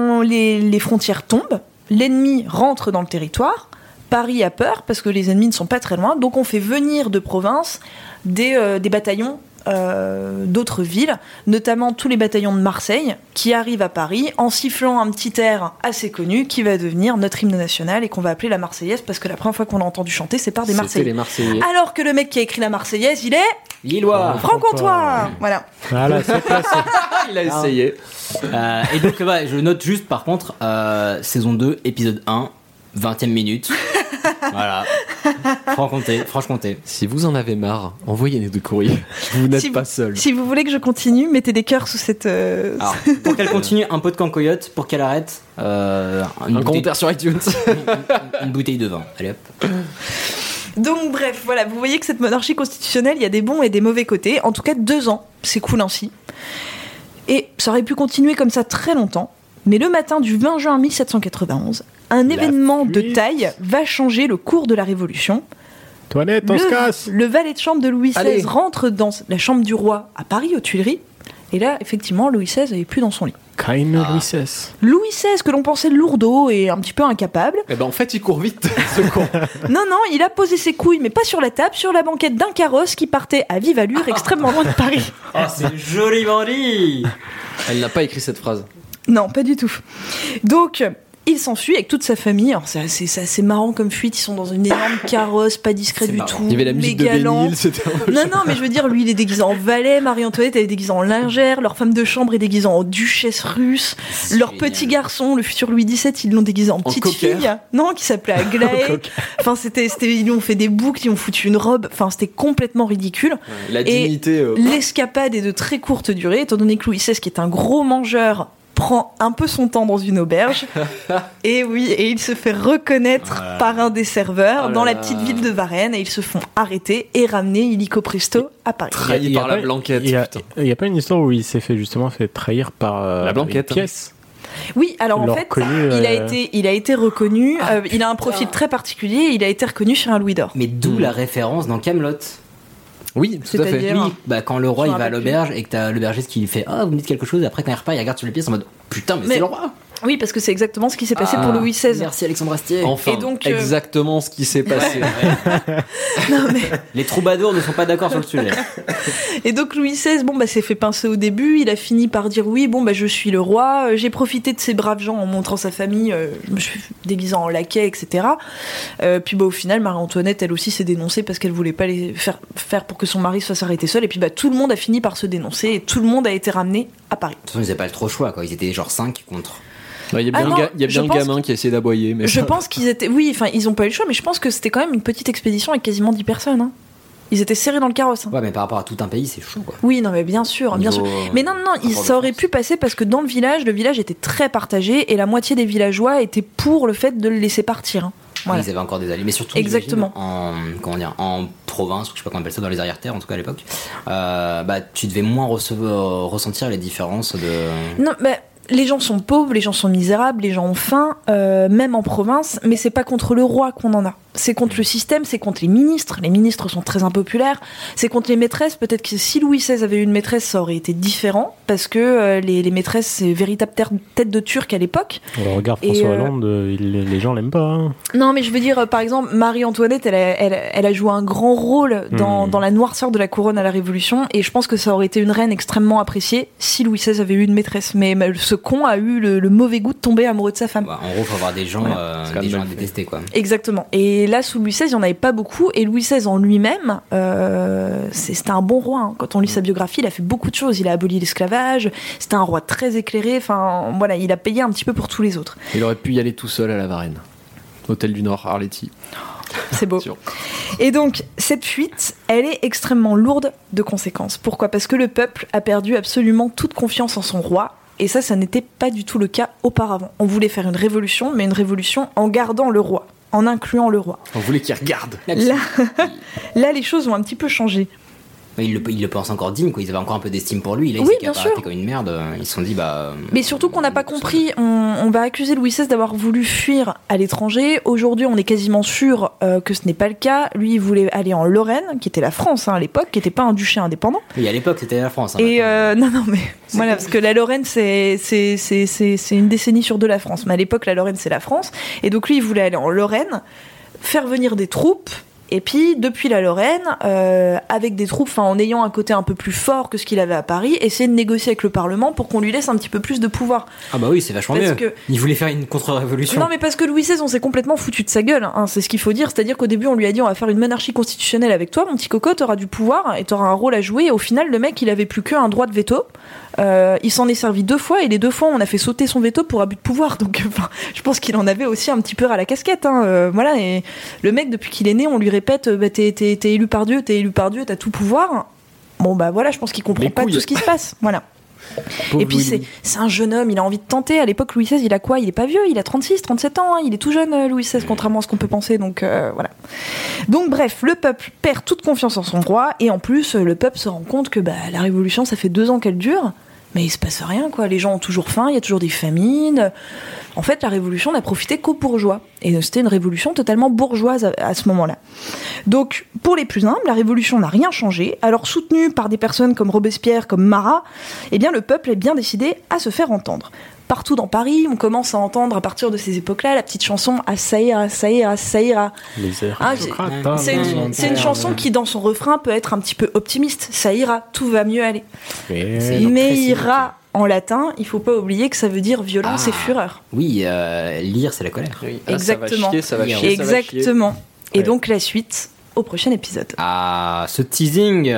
les frontières tombent, l'ennemi rentre dans le territoire, Paris a peur parce que les ennemis ne sont pas très loin, donc on fait venir de province des bataillons d'autres villes, notamment tous les bataillons de Marseille qui arrivent à Paris en sifflant un petit air assez connu qui va devenir notre hymne national et qu'on va appeler la Marseillaise parce que la première fois qu'on l'a entendu chanter c'est par des
C'était
Marseillais.
les Marseillais.
Alors que le mec qui a écrit la Marseillaise, il est
Lillois.
franc-comtois. Voilà.
Voilà, c'est placé.
Il a essayé.
Et donc, je note juste, par contre, saison 2, épisode 1, 20e minute. Voilà. Franche-Comté.
Si vous en avez marre, envoyez-nous des courriers. Vous n'êtes
Si
pas
vous-
seul.
Si vous voulez que je continue, mettez des cœurs sous cette.
Alors, pour qu'elle continue, un pot de cancoyote, pour qu'elle arrête,
Un commentaire sur iTunes.
une bouteille de vin. Allez hop.
Donc bref, voilà, vous voyez que cette monarchie constitutionnelle, il y a des bons et des mauvais côtés. En tout cas, 2 ans, c'est cool ainsi. Et ça aurait pu continuer comme ça très longtemps. Mais le matin du 20 juin 1791, un événement de
fuite.
taille va changer le cours de la Révolution.
Toinette, on se casse.
Le valet de chambre de Louis XVI
Allez.
rentre dans la chambre du roi à Paris, aux Tuileries. Et là, effectivement, Louis XVI n'est plus dans son lit.
Keine Louis XVI.
Louis XVI, que l'on pensait lourdeau et un petit peu incapable.
Eh ben en fait, il court vite, ce con.
Non, il a posé ses couilles, mais pas sur la table, sur la banquette d'un carrosse qui partait à vive allure extrêmement loin de Paris.
Oh, c'est joliment dit.
Elle n'a pas écrit cette phrase.
Non, pas du tout. Donc, il s'enfuit avec toute sa famille. Alors, c'est assez marrant comme fuite. Ils sont dans une énorme carrosse, pas discret
C'est
du
marrant.
tout.
Il y avait la musique de
méga lent.
Bénil, c'était...
Non, mais je veux dire, lui, il est déguisé en valet, Marie-Antoinette, elle est déguisée en lingère, leur femme de chambre est déguisée en duchesse russe, leur
génial.
petit garçon, le futur Louis XVII, ils l'ont déguisé en petite
cocker.
fille. Non, qui s'appelait Aglaé. Enfin, ils lui ont fait des boucles, ils ont foutu une robe. Enfin, c'était complètement ridicule.
La dignité...
L'escapade est de très courte durée, étant donné que Louis XVI, qui est un gros mangeur, prend un peu son temps dans une auberge. Et oui, et il se fait reconnaître par un des serveurs dans la petite ville de Varennes, et ils se font arrêter et ramener illico presto à Paris.
Trahi par la blanquette.
Il
putain.
n'y a pas une histoire où il s'est fait trahir par
La blanquette.
une pièce.
Oui, alors en
Ils l'ont
fait,
reconnu,
il a été reconnu, il a un profil très particulier, il a été reconnu sur un louis d'or.
Mais d'où la référence dans Kaamelott.
Oui, tout à fait.
C'est-à-dire-
Oui, bah quand le roi
Je
il
me
va à
rappelle
l'auberge et que t'as l'aubergiste qui lui fait vous me dites quelque chose, et après quand il repart il regarde sur les pièces en mode putain mais
Mais-
c'est le roi.
Oui, parce que c'est exactement ce qui s'est passé pour Louis XVI.
Merci Alexandre Astier.
Enfin,
Et donc,
exactement ce qui s'est passé.
Non, mais...
Les troubadours ne sont pas d'accord sur le sujet.
Et donc Louis XVI, s'est fait pincer au début, il a fini par dire oui, je suis le roi, j'ai profité de ces braves gens en montrant sa famille, je me suis déguisée en laquais, etc. Puis au final, Marie-Antoinette, elle aussi s'est dénoncée parce qu'elle voulait pas les faire pour que son mari soit arrêté seul, et puis tout le monde a fini par se dénoncer, et tout le monde a été ramené à Paris.
De toute façon ils avaient pas trop le choix quoi, ils étaient genre 5 contre.
Il y a bien,
Ah non,
il y a bien
je
le
pense
gamin qui a essayé d'aboyer. Mais
Je pense qu'ils étaient... Oui, ils ont pas eu le choix, mais je pense que c'était quand même une petite expédition avec quasiment 10 personnes. Hein. Ils étaient serrés dans le carrosse. Hein.
Ouais mais par rapport à tout un pays c'est chaud quoi.
Oui, non, mais bien sûr, bien sûr.
Niveau,
Mais non,
rapport de
ça aurait
force.
pu passer parce que dans le village était très partagé et la moitié des villageois étaient pour le fait de le laisser partir. Hein. Voilà.
Ils avaient encore des alliés, mais surtout
Exactement.
j'imagine, en province, ou je sais pas comment on appelle ça, dans les arrière-terres en tout cas à l'époque, tu devais moins ressentir les différences de...
Non, mais les gens sont pauvres, les gens sont misérables, les gens ont faim, même en province, mais c'est pas contre le roi qu'on en a. C'est contre le système, c'est contre les ministres. Les ministres sont très impopulaires. C'est contre les maîtresses. Peut-être que si Louis XVI avait eu une maîtresse, ça aurait été différent, parce que les maîtresses, c'est véritable tête de turc à l'époque.
On regarde
Et,
François Hollande, les gens l'aiment pas. Hein.
Non, mais je veux dire, par exemple, Marie-Antoinette, elle a joué un grand rôle dans la noirceur de la couronne à la Révolution, et je pense que ça aurait été une reine extrêmement appréciée si Louis XVI avait eu une maîtresse. Mais ce con a eu le mauvais goût de tomber amoureux de sa femme.
En gros faut avoir des gens,
c'est quand
des
même
gens à
mal fait.
détester quoi.
Exactement. Et là, sous Louis XVI, il n'y en avait pas beaucoup, et Louis XVI en lui-même, c'était un bon roi. Hein. Quand on lit sa biographie, il a fait beaucoup de choses. Il a aboli l'esclavage, c'était un roi très éclairé, enfin voilà, il a payé un petit peu pour tous les autres.
il aurait pu y aller tout seul à la Varenne. Hôtel du Nord, Arletty.
C'est beau.
Sûr.
Et donc, cette fuite, elle est extrêmement lourde de conséquences. Pourquoi ? Parce que le peuple a perdu absolument toute confiance en son roi. Et ça n'était pas du tout le cas auparavant. On voulait faire une révolution, mais une révolution en gardant le roi, en incluant le roi.
On voulait qu'il regarde.
Là, les choses ont un petit peu changé.
Mais ils le pensent encore digne quoi, ils avaient encore un peu d'estime pour lui, là il
Oui,
s'est
bien
arrêté
sûr.
comme une merde, ils se sont dit
Mais surtout qu'on n'a pas compris, on va accuser Louis XVI d'avoir voulu fuir à l'étranger. Aujourd'hui, on est quasiment sûr que ce n'est pas le cas. Lui, il voulait aller en Lorraine, qui était la France à l'époque, qui n'était pas un duché indépendant.
Oui, à l'époque c'était la France. Hein,
Et
maintenant.
non, mais voilà, parce que la Lorraine, c'est une décennie sur deux la France. Mais à l'époque, la Lorraine, c'est la France. Et donc lui, il voulait aller en Lorraine, faire venir des troupes. Et puis, depuis la Lorraine, avec des troupes, en ayant un côté un peu plus fort que ce qu'il avait à Paris, essayer de négocier avec le Parlement pour qu'on lui laisse un petit peu plus de pouvoir.
Ah bah oui, c'est vachement
Parce
mieux.
que-
Il voulait faire une contre-révolution.
Non, mais parce que Louis XVI, on s'est complètement foutu de sa gueule, hein, c'est ce qu'il faut dire. C'est-à-dire qu'au début, on lui a dit on va faire une monarchie constitutionnelle avec toi, mon petit coco, t'auras du pouvoir et t'auras un rôle à jouer. Et au final, le mec, il avait plus qu'un droit de veto. Il s'en est servi 2 fois, et les 2 fois, on a fait sauter son veto pour abus de pouvoir. Donc, je pense qu'il en avait aussi un petit peu à la casquette. Hein, voilà, et le mec, depuis qu'il est né, on lui répète t'es élu par Dieu, t'as tout pouvoir. Bon, bah voilà, je pense qu'il comprend
Les
pas
couilles.
tout ce qui se passe. Voilà.
Pauvre
Et puis
Louis.
c'est un jeune homme, il a envie de tenter. À l'époque, Louis XVI, il a quoi ? Il est pas vieux, il a 36, 37 ans, hein. Il est tout jeune, Louis XVI, contrairement à ce qu'on peut penser. Donc voilà. Donc bref, le peuple perd toute confiance en son roi, et en plus, le peuple se rend compte que la révolution, ça fait 2 ans qu'elle dure. mais il se passe rien, quoi. Les gens ont toujours faim, il y a toujours des famines. En fait, la révolution n'a profité qu'aux bourgeois. Et c'était une révolution totalement bourgeoise à ce moment-là. Donc, pour les plus humbles, la révolution n'a rien changé. Alors, soutenue par des personnes comme Robespierre, comme Marat, eh bien, le peuple est bien décidé à se faire entendre. Partout dans Paris, on commence à entendre à partir de ces époques-là la petite chanson « Ah, ça ira, ça ira, ça ira ».
Les airs.
C'est une chanson qui, dans son refrain, peut être un petit peu optimiste. Ça ira, tout va mieux aller. Mais ira, en latin, il faut pas oublier que ça veut dire violence et fureur.
Oui, lire, c'est la colère.
Oui.
Exactement.
Ça va chier.
Exactement. Et
Ouais.
donc la suite au prochain épisode.
Ah, ce teasing.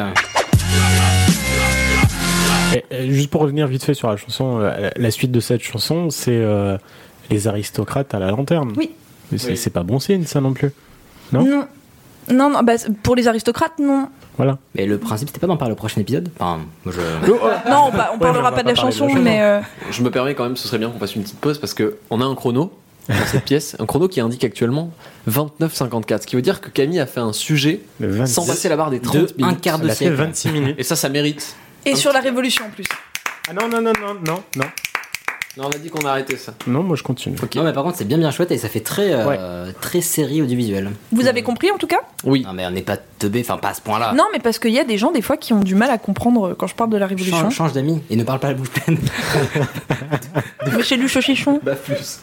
Juste pour revenir vite fait sur la chanson, la suite de cette chanson, c'est les aristocrates à la lanterne.
Oui.
Mais c'est pas bon signe, ça non plus. Non.
Non, bah, pour les aristocrates, non.
Voilà.
Mais le principe, c'était pas d'en parler au prochain épisode. Enfin, moi,
Non, on parlera pas de la chanson, mais...
Je me permets quand même, ce serait bien qu'on fasse une petite pause parce qu'on a un chrono dans cette pièce, un chrono qui indique actuellement 29,54, ce qui veut dire que Camille a fait un sujet sans passer la barre des 30 minutes.
un quart de
Elle a fait
siècle.
26 minutes.
Et ça mérite.
Et sur la Révolution, en plus.
Ah non.
Non, on a dit qu'on a arrêté ça.
Non, moi je continue.
Ok.
Non, mais par contre, c'est bien chouette et ça fait très série audiovisuelle.
Vous avez compris, en tout cas ?
Oui.
Non, mais on n'est pas teubé, enfin, pas à ce point-là.
Non, mais parce qu'il y a des gens, des fois, qui ont du mal à comprendre quand je parle de la Révolution.
Change d'amis et ne parle pas la bouche pleine.
Mais chez lui, chauchichon.
Bah plus.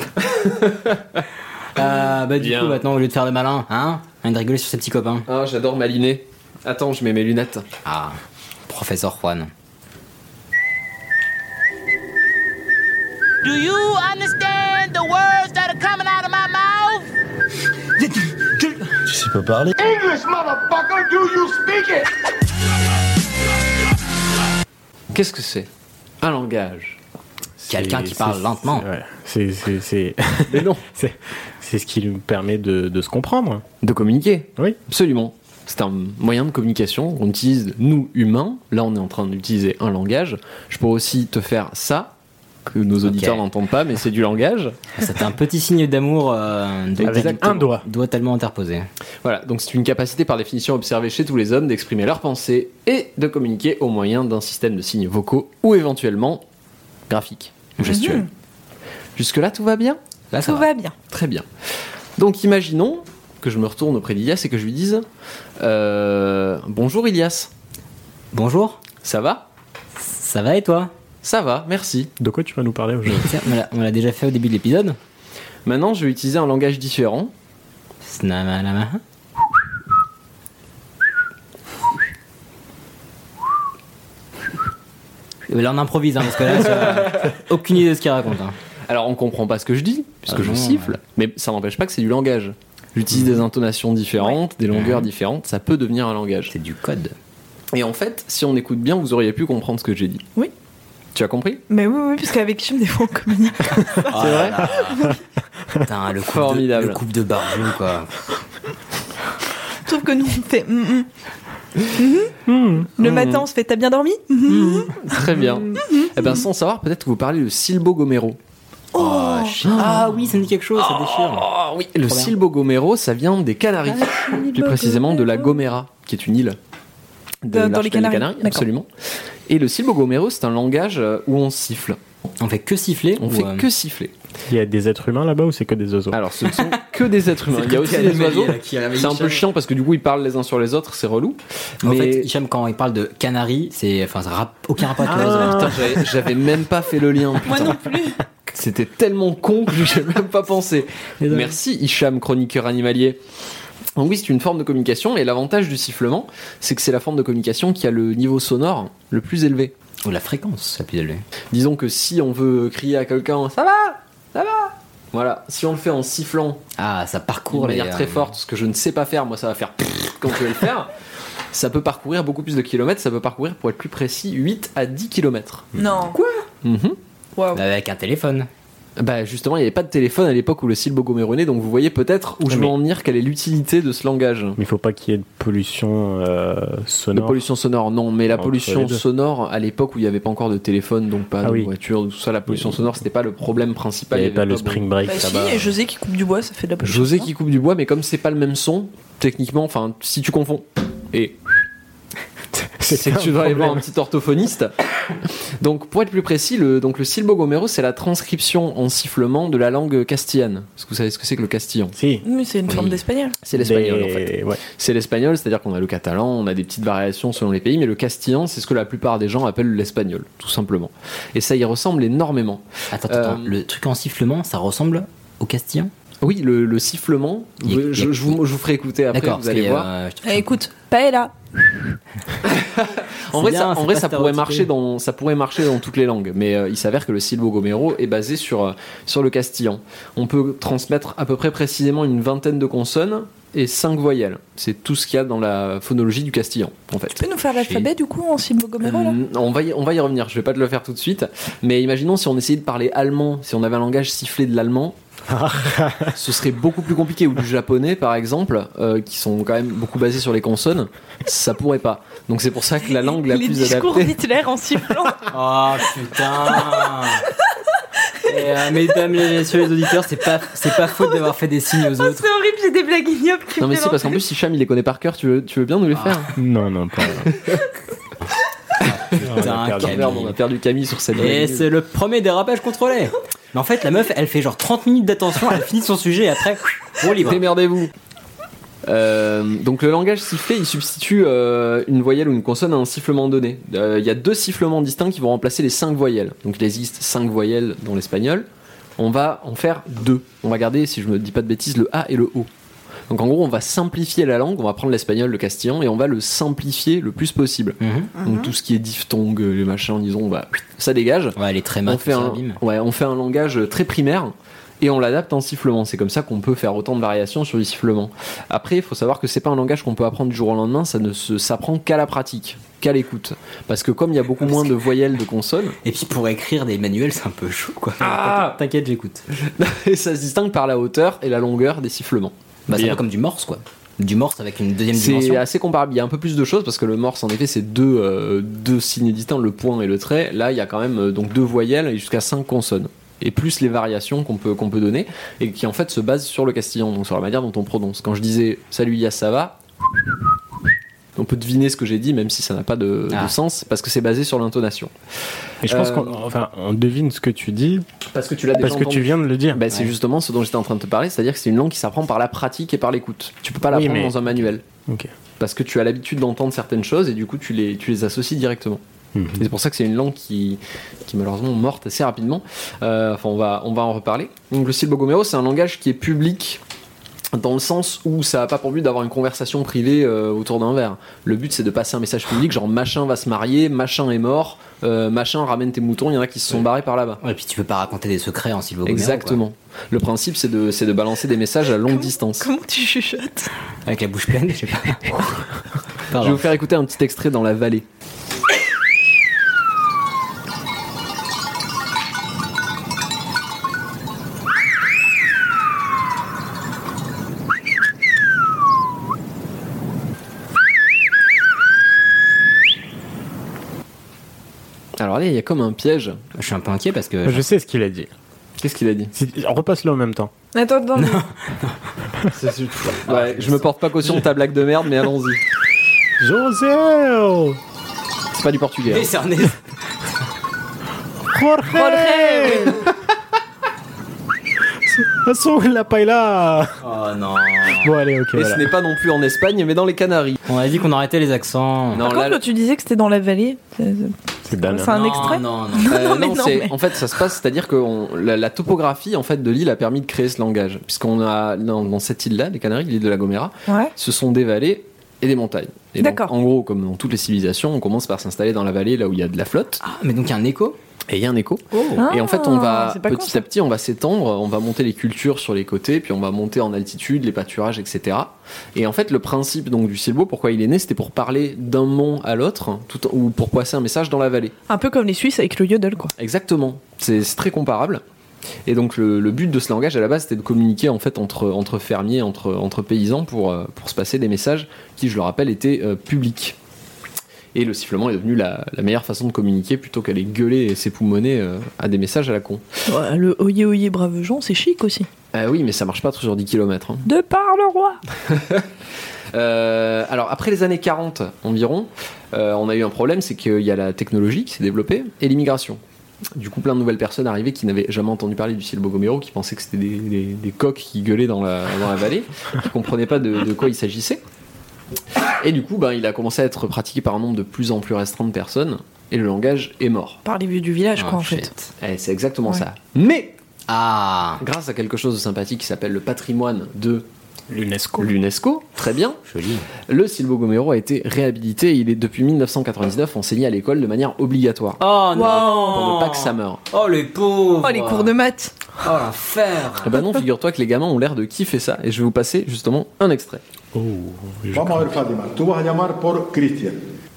Du
Bien.
coup, maintenant, au lieu de faire le malin, hein, on vient de rigoler sur ses petits copains.
Ah, j'adore maliner. Attends, je mets mes lunettes.
Ah, professeur Juan.
Do you understand the words that are coming out of my mouth?
Tu sais pas parler?
English, motherfucker, do you speak it?
Qu'est-ce que c'est? Un langage.
Quelqu'un qui parle lentement.
Ouais. C'est
Mais non.
c'est ce qui nous permet de se comprendre.
De communiquer.
Oui.
Absolument. C'est un moyen de communication qu'on utilise, nous, humains. Là, on est en train d'utiliser un langage. Je peux aussi te faire ça, que nos auditeurs n'entendent pas, mais c'est du langage.
C'était un petit signe d'amour
Avec un doigt.
Doigt tellement interposé.
Voilà, donc c'est une capacité par définition observée chez tous les hommes d'exprimer leurs pensées et de communiquer au moyen d'un système de signes vocaux ou éventuellement graphiques ou gestuels. Jusque-là, tout va bien?
Là, ça
Tout va bien.
Très bien. Donc imaginons que je me retourne auprès d'Ilias et que je lui dise bonjour Ilias,
Bonjour,
ça va?
ça va et toi?
Ça va, merci.
De quoi tu vas nous parler aujourd'hui?
Tiens, on l'a déjà fait au début de l'épisode.
Maintenant, je vais utiliser un langage différent.
Snamalama. Là on improvise parce que là aucune idée de ce qu'il raconte.
Alors on comprend pas ce que je dis puisque
Ah
je
non,
siffle, mais ça n'empêche pas que c'est du langage. J'utilise des intonations différentes, des longueurs différentes, ça peut devenir un langage.
C'est du code.
Et en fait, si on écoute bien, vous auriez pu comprendre ce que j'ai dit.
Oui.
Tu as compris?
Mais oui, parce qu'avec Chim, des fois, on communique.
C'est vrai?
Putain, le couple
Formidable.
le couple de barjots quoi.
Je trouve que nous, on fait... Le matin, on se fait « T'as bien dormi ?»
Très bien. Eh ben, sans savoir, peut-être que vous parlez le Silbo Gomero.
Ah oui, ça me dit quelque chose, ça déchire.
Oh oui, le
Trop bien.
Silbo Gomero, ça vient des Canaries. Plus précisément de la Gomera, qui est une île.
Dans les
l'archipel des
Canaries, d'accord.
absolument. Et le Silbo Gomero, c'est un langage où on siffle.
On fait que siffler.
On fait que siffler.
Il y a des êtres humains là-bas ou c'est que des oiseaux?
Alors, ce ne sont que des êtres humains. Il y a aussi des oiseaux. C'est un peu chiant parce que du coup, ils parlent les uns sur les autres, c'est relou.
En
Mais
fait, Hicham, quand il parle de Canaries, ça aucun rapport avec l'oiseau.
putain, j'avais même pas fait le lien. Putain.
Moi non plus.
C'était tellement con que j'ai même pas pensé. Merci Hicham, chroniqueur animalier. Donc oui, c'est une forme de communication et l'avantage du sifflement, c'est que c'est la forme de communication qui a le niveau sonore le plus élevé.
Ou la fréquence, la plus élevée.
Disons que si on veut crier à quelqu'un « ça va, ça va !» Voilà, si on le fait en sifflant
Ah, ça
de
parcourt
manière très forte, ce que je ne sais pas faire, moi ça va faire quand je vais le faire, ça peut parcourir beaucoup plus de kilomètres, ça peut parcourir, pour être plus précis, 8 à 10 kilomètres.
Non. Waouh.
Avec un téléphone.
Bah justement, il n'y avait pas de téléphone à l'époque où le Silbo Gomero est né, donc vous voyez peut-être où je veux
mais-
en venir, quelle est l'utilité de ce langage.
Mais il faut pas qu'il y ait de pollution
De
sonore.
pollution sonore, non, mais la
Entre
pollution
les deux.
sonore à l'époque où il n'y avait pas encore de téléphone, donc pas
Ah
de
oui.
voiture, tout ça, la pollution sonore c'était pas le problème
Il
principal.
n'y avait pas le
beaucoup-
spring break
Bah si,
là-bas.
et José qui coupe du bois, ça fait de la pollution.
José qui coupe du bois, mais comme c'est pas le même son, techniquement, enfin, si tu confonds. Et c'est que tu dois aller voir un petit orthophoniste. Donc, pour être plus précis, le silbo gomero, c'est la transcription en sifflement de la langue castillane. Est-ce que vous savez ce que c'est que le castillan?
Si.
Mais c'est une forme d'espagnol.
C'est l'espagnol, en fait.
Ouais.
C'est l'espagnol, c'est-à-dire qu'on a le catalan, on a des petites variations selon les pays, mais le castillan, c'est ce que la plupart des gens appellent l'espagnol, tout simplement. Et ça y ressemble énormément.
Attends, le truc en sifflement, ça ressemble au castillan?
Oui, le sifflement, je vous ferai écouter après,
D'accord,
vous allez voir.
Écoute, paella.
En vrai,
bien,
ça, en vrai
pas
ça pourrait
stéréotypé.
ça pourrait marcher dans toutes les langues, mais il s'avère que le silbo gomero est basé sur le castillan. On peut transmettre à peu près précisément une vingtaine de consonnes et 5 voyelles. C'est tout ce qu'il y a dans la phonologie du castillan, en fait.
Tu peux nous faire l'alphabet du coup en silbo gomero là?
On va y revenir, je vais pas te le faire tout de suite, mais imaginons si on essayait de parler allemand, si on avait un langage sifflé de l'allemand, ce serait beaucoup plus compliqué, ou du japonais par exemple, qui sont quand même beaucoup basés sur les consonnes, ça pourrait pas. Donc c'est pour ça que la langue la plus
discours
adaptée...
d'Hitler en sifflant.
Oh putain. Et, mesdames et messieurs les auditeurs, c'est pas faute d'avoir fait des signes aux autres.
C'est horrible, j'ai des blagues ignobles qui
Non
me
mais si, parce qu'en plus Hicham il les connaît par cœur, tu veux bien nous les faire?
Non, pas.
Merde, on a perdu Camille sur cette
Et
blague.
c'est le premier dérapage contrôlé. Mais en fait, la meuf, elle fait genre 30 minutes d'attention, elle finit son sujet et après, on libre.
Démerdez-vous. Donc le langage sifflé, il substitue une voyelle ou une consonne à un sifflement donné. Il y a 2 sifflements distincts qui vont remplacer les 5 voyelles. Donc il existe 5 voyelles dans l'espagnol. On va en faire 2. On va garder, si je me dis pas de bêtises, le A et le O. Donc en gros, on va simplifier la langue, on va prendre l'espagnol, le castillan, et on va le simplifier le plus possible. Donc tout ce qui est diphtongue, les machins, disons, ça dégage.
Ouais, les trémas,
On fait un langage très primaire. Et on l'adapte en sifflement. C'est comme ça qu'on peut faire autant de variations sur les sifflements. Après, il faut savoir que c'est pas un langage qu'on peut apprendre du jour au lendemain. Ça ne s'apprend qu'à la pratique, qu'à l'écoute. Parce que comme il y a beaucoup moins de voyelles de consonnes.
Et puis pour écrire des manuels, c'est un peu chaud, quoi. T'inquiète, j'écoute.
Et ça se distingue par la hauteur et la longueur des sifflements.
C'est un peu comme du morse, quoi. Du morse avec une deuxième dimension.
C'est assez comparable. Il y a un peu plus de choses parce que le morse, en effet, c'est deux signes distincts, le point et le trait. Là, il y a quand même donc 2 voyelles et jusqu'à 5 consonnes. Et plus les variations qu'on peut donner et qui en fait se basent sur le castillan, donc sur la manière dont on prononce. Quand je disais salut Yas, ça va, on peut deviner ce que j'ai dit même si ça n'a pas de sens parce que c'est basé sur l'intonation.
Et je pense qu'on devine ce que tu dis
parce que tu l'as déjà entendu.
Que tu viens de le dire.
C'est justement ce dont j'étais en train de te parler, c'est-à-dire que c'est une langue qui s'apprend par la pratique et par l'écoute. Tu peux pas l'apprendre dans un manuel.
Okay.
Parce que tu as l'habitude d'entendre certaines choses et du coup tu les associes directement. Et c'est pour ça que c'est une langue qui malheureusement morte assez rapidement. On va en reparler. Donc le silbo gomero, c'est un langage qui est public dans le sens où ça n'a pas pour but d'avoir une conversation privée autour d'un verre. Le but c'est de passer un message public, genre machin va se marier, machin est mort, machin ramène tes moutons, il y en a qui se sont barrés par là-bas.
Et puis tu peux pas raconter des secrets en silbo gomero.
Exactement. Quoi. Le principe c'est de balancer des messages à longue distance.
Comment tu chuchotes?
Avec la bouche pleine, je sais pas.
Je vais vous faire écouter un petit extrait dans la vallée. Alors là, il y a comme un piège.
Je suis un peu inquiet parce que...
Je sais ce qu'il a dit.
Qu'est-ce qu'il a dit?
On repasse-le en même temps.
Attends.
Ouais, je me porte pas caution de ta blague de merde, mais allons-y.
José.
C'est pas du portugais.
Mais c'est un...
Jorge. Sur la paella.
Oh non.
Bon allez, ok.
Et ce n'est pas non plus en Espagne, mais dans les Canaries.
On a dit qu'on arrêtait les accents.
Non,
Par contre, quand tu disais que c'était dans la vallée,
c'est
un extrait.
Non.
En fait, ça se passe, c'est-à-dire que la topographie en fait de l'île a permis de créer ce langage, puisqu'on a dans cette île-là, les Canaries, l'île de la Gomera, ce sont des vallées et des montagnes. Et donc, en gros, comme dans toutes les civilisations, on commence par s'installer dans la vallée, là où il y a de la flotte.
Ah, mais donc il y a un écho.
Et il y a un écho. Et en fait, on va petit à petit, on va s'étendre, on va monter les cultures sur les côtés, puis on va monter en altitude, les pâturages, etc. Et en fait, le principe donc du silbo, pourquoi il est né, c'était pour parler d'un mont à l'autre, ou pour passer un message dans la vallée.
Un peu comme les Suisses avec le yodel, quoi.
Exactement. C'est très comparable. Et donc le but de ce langage à la base, c'était de communiquer en fait entre fermiers, entre paysans, pour se passer des messages qui, je le rappelle, étaient publics. Et le sifflement est devenu la meilleure façon de communiquer plutôt qu'aller gueuler et s'époumoner à des messages à la con.
Ouais, le oyez oyez brave Jean, c'est chic aussi.
Oui, mais ça marche pas sur 10 km. Hein.
De par le roi.
Alors après les années 40 environ, on a eu un problème, c'est qu'il y a la technologie qui s'est développée et l'immigration. Du coup, plein de nouvelles personnes arrivaient qui n'avaient jamais entendu parler du Silbo Gomero, qui pensaient que c'était des coqs qui gueulaient dans la vallée, qui comprenaient pas de quoi il s'agissait. Et du coup, il a commencé à être pratiqué par un nombre de plus en plus restreint de personnes, et le langage est mort.
Par les vieux du village, quoi, en fait.
C'est exactement ça. Mais, grâce à quelque chose de sympathique qui s'appelle le patrimoine de l'UNESCO, très bien.
Joli.
Le Silbo Gomero a été réhabilité et il est depuis 1999 enseigné à l'école de manière obligatoire.
Oh non,
pour ne pas que ça meure.
Oh les pauvres.
Oh les cours de maths.
Oh l'enfer.
Non, figure-toi que les gamins ont l'air de kiffer ça et je vais vous passer justement un extrait.
Vamos a ver, Fátima. Tú vas a llamar por Cristian.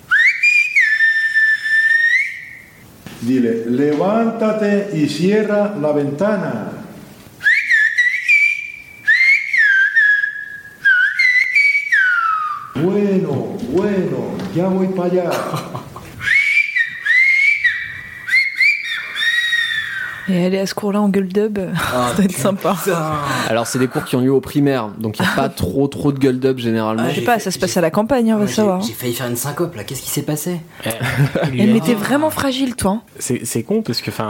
Dile, levántate y cierra la ventana. Bueno, ya voy para allá.
Et aller à ce cours-là en gueule dub, ça doit être sympa.
Alors c'est des cours qui ont lieu au primaire, donc il n'y a pas trop de gueule dub généralement.
Je sais pas, ça se passe à la campagne, on va savoir.
J'ai failli faire une syncope là, qu'est-ce qui s'est passé?
Elle était vraiment fragile, toi.
C'est con parce que,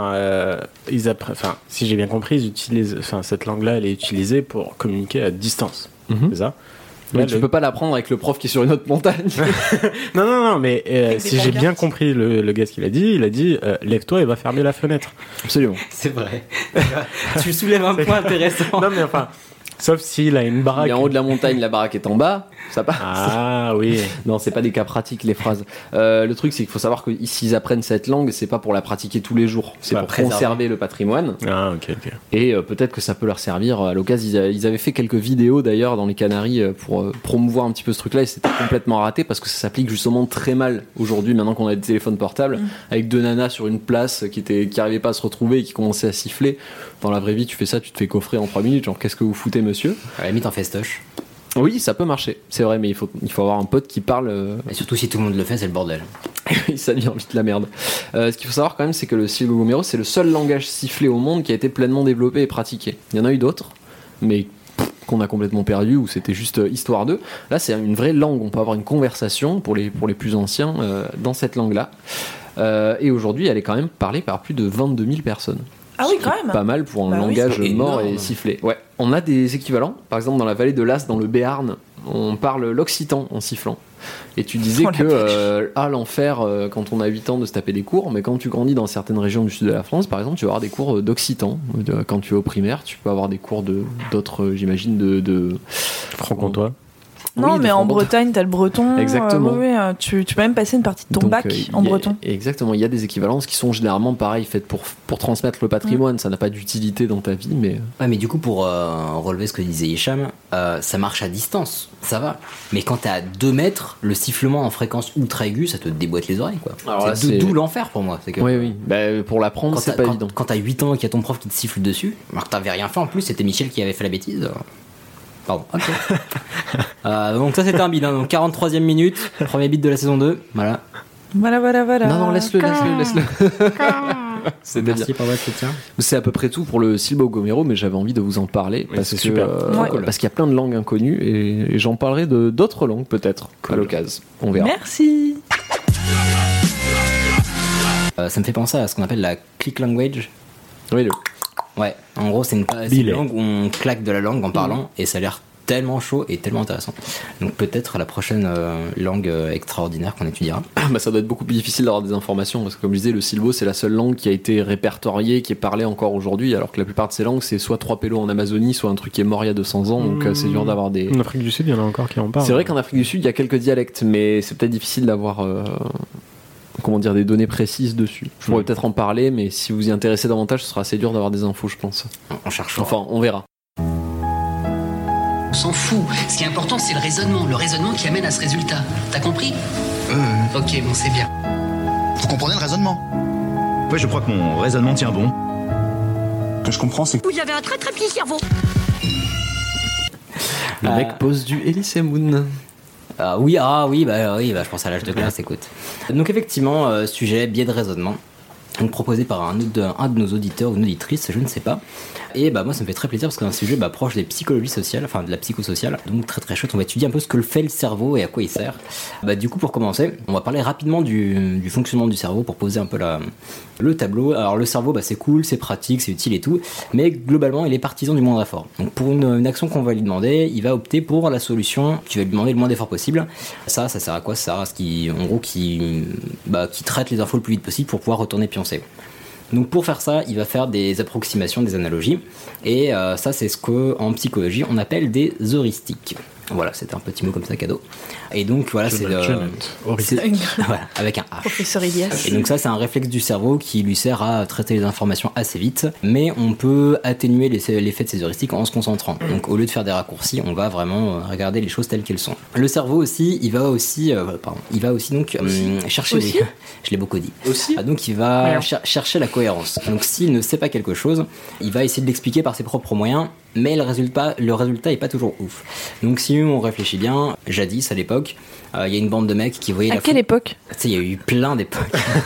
si j'ai bien compris, ils utilisent, cette langue-là, elle est utilisée pour communiquer à distance. C'est ça?
Mais tu peux pas l'apprendre avec le prof qui est sur une autre montagne.
non, mais si j'ai bien compris le gars ce qu'il a dit, lève-toi et va fermer la fenêtre.
Absolument.
C'est vrai. Tu soulèves un point intéressant.
Non mais sauf s'il a une baraque.
Il est en haut de la montagne, la baraque est en bas, ça passe.
Ah oui.
Non, c'est pas des cas pratiques les phrases. Le truc c'est qu'il faut savoir que s'ils apprennent cette langue, c'est pas pour la pratiquer tous les jours, c'est pour conserver le patrimoine.
Ah ok.
Et peut-être que ça peut leur servir à l'occasion. Ils avaient fait quelques vidéos d'ailleurs dans les Canaries pour promouvoir un petit peu ce truc-là et c'était complètement raté parce que ça s'applique justement très mal aujourd'hui maintenant qu'on a des téléphones portables avec deux nanas sur une place qui arrivaient pas à se retrouver et qui commençaient à siffler. Dans la vraie vie, tu fais ça, tu te fais coffrer en 3 minutes. Genre, qu'est-ce que vous foutez, monsieur?
À la limite, en festoche.
Oui, ça peut marcher, c'est vrai, mais il faut avoir un pote qui parle.
Et surtout, si tout le monde le fait, c'est le bordel.
Ça devient vite la merde. Ce qu'il faut savoir quand même, c'est que le Silbo Gomero, c'est le seul langage sifflé au monde qui a été pleinement développé et pratiqué. Il y en a eu d'autres, mais qu'on a complètement perdu, ou c'était juste histoire d'eux. Là, c'est une vraie langue. On peut avoir une conversation pour les plus anciens dans cette langue-là. Et aujourd'hui, elle est quand même parlée par plus de 22 000 personnes.
Ah oui, quand même.
Pas mal pour un langage mort
énorme.
Et sifflé. Ouais. On a des équivalents. Par exemple, dans la vallée de l'As, dans le Béarn, on parle l'occitan en sifflant. Et tu disais l'enfer quand on a 8 ans de se taper des cours, mais quand tu grandis dans certaines régions du sud de la France, par exemple, tu vas avoir des cours d'occitan. Quand tu es au primaire, tu peux avoir des cours d'autres, j'imagine, de
franc-comtois.
Non, mais en Bretagne, t'as le breton.
Exactement.
Tu peux même passer une partie de ton bac en breton.
Exactement. Il y a des équivalences qui sont généralement pareilles, faites pour transmettre le patrimoine. Ça n'a pas d'utilité dans ta vie, mais.
Ouais, mais du coup, pour relever ce que disait Hicham, ça marche à distance, ça va. Mais quand t'es à 2 mètres, le sifflement en fréquence ultra aiguë, ça te déboîte les oreilles, quoi.
Alors
c'est d'où l'enfer pour moi. C'est que
oui. Pour l'apprendre, c'est pas évident.
Quand t'as 8 ans et qu'il y a ton prof qui te siffle dessus, alors que t'avais rien fait en plus, c'était Michel qui avait fait la bêtise. Pardon, ok. Donc ça c'était un bid, donc 43e minute, premier bid de la saison 2, voilà.
Voilà.
Non, laisse-le. C'est
Merci pour votre soutien.
C'est à peu près tout pour le Silbo Gomero, mais j'avais envie de vous en parler parce qu'il y a plein de langues inconnues et j'en parlerai d'autres langues peut-être à l'occasion. On verra.
Merci.
Ça me fait penser à ce qu'on appelle la click language.
Oui,
Ouais, en gros c'est une langue où on claque de la langue en parlant et ça a l'air tellement chaud et tellement intéressant. Donc peut-être la prochaine langue extraordinaire qu'on étudiera.
Ça doit être beaucoup plus difficile d'avoir des informations parce que comme je disais, le Silbo c'est la seule langue qui a été répertoriée, qui est parlée encore aujourd'hui, alors que la plupart de ces langues c'est soit 3 pélos en Amazonie, soit un truc qui est mort il y a 200 ans, donc c'est dur d'avoir des...
En Afrique du Sud il y en a encore qui en parlent.
C'est vrai qu'en Afrique du Sud il y a quelques dialectes, mais c'est peut-être difficile d'avoir... des données précises dessus. Je pourrais peut-être en parler, mais si vous y intéressez davantage, ce sera assez dur d'avoir des infos, je pense.
On cherche.
Enfin, on verra.
On s'en fout. Ce qui est important, c'est le raisonnement qui amène à ce résultat. T'as compris? Ok, bon, c'est bien.
Vous comprenez le raisonnement? Oui, je crois que mon raisonnement tient bon.
Ce que je comprends, c'est que
Vous avez un très très petit cerveau.
Le mec pose du Elise Moon.
Oui, je pense à l'âge de glace, écoute. Donc effectivement, sujet biais de raisonnement, donc proposé par un de nos auditeurs ou une auditrice, je ne sais pas. Et moi ça me fait très plaisir parce que c'est un sujet proche des psychologies sociales, enfin de la psychosociale, donc très très chouette. On va étudier un peu ce que fait le cerveau et à quoi il sert. Du coup pour commencer, on va parler rapidement du fonctionnement du cerveau pour poser un peu le tableau. Alors le cerveau c'est cool, c'est pratique, c'est utile et tout, mais globalement il est partisan du moindre effort. Donc pour une action qu'on va lui demander, il va opter pour la solution qui va lui demander le moins d'efforts possible. Ça sert à quoi? Ça sert à ce qui traite les infos le plus vite possible pour pouvoir retourner pioncer. Donc pour faire ça, il va faire des approximations, des analogies, et ça c'est ce qu'en psychologie on appelle des heuristiques. Voilà, c'était un petit mot comme ça, cadeau. Et donc voilà, c'est voilà, avec un H.
Professeur Elias.
Et donc ça, c'est un réflexe du cerveau qui lui sert à traiter les informations assez vite, mais on peut atténuer l'effet de ces heuristiques en se concentrant. Donc au lieu de faire des raccourcis, on va vraiment regarder les choses telles qu'elles sont. Le cerveau aussi, il va aussi donc chercher.
Aussi
je l'ai beaucoup dit.
Aussi.
Donc il va chercher la cohérence. Donc s'il ne sait pas quelque chose, il va essayer de l'expliquer par ses propres moyens. Mais le résultat est pas toujours ouf. Donc si on réfléchit bien, jadis à l'époque, il y a une bande de mecs qui voyaient
à quelle époque?
Tu sais, il y a eu plein d'époques.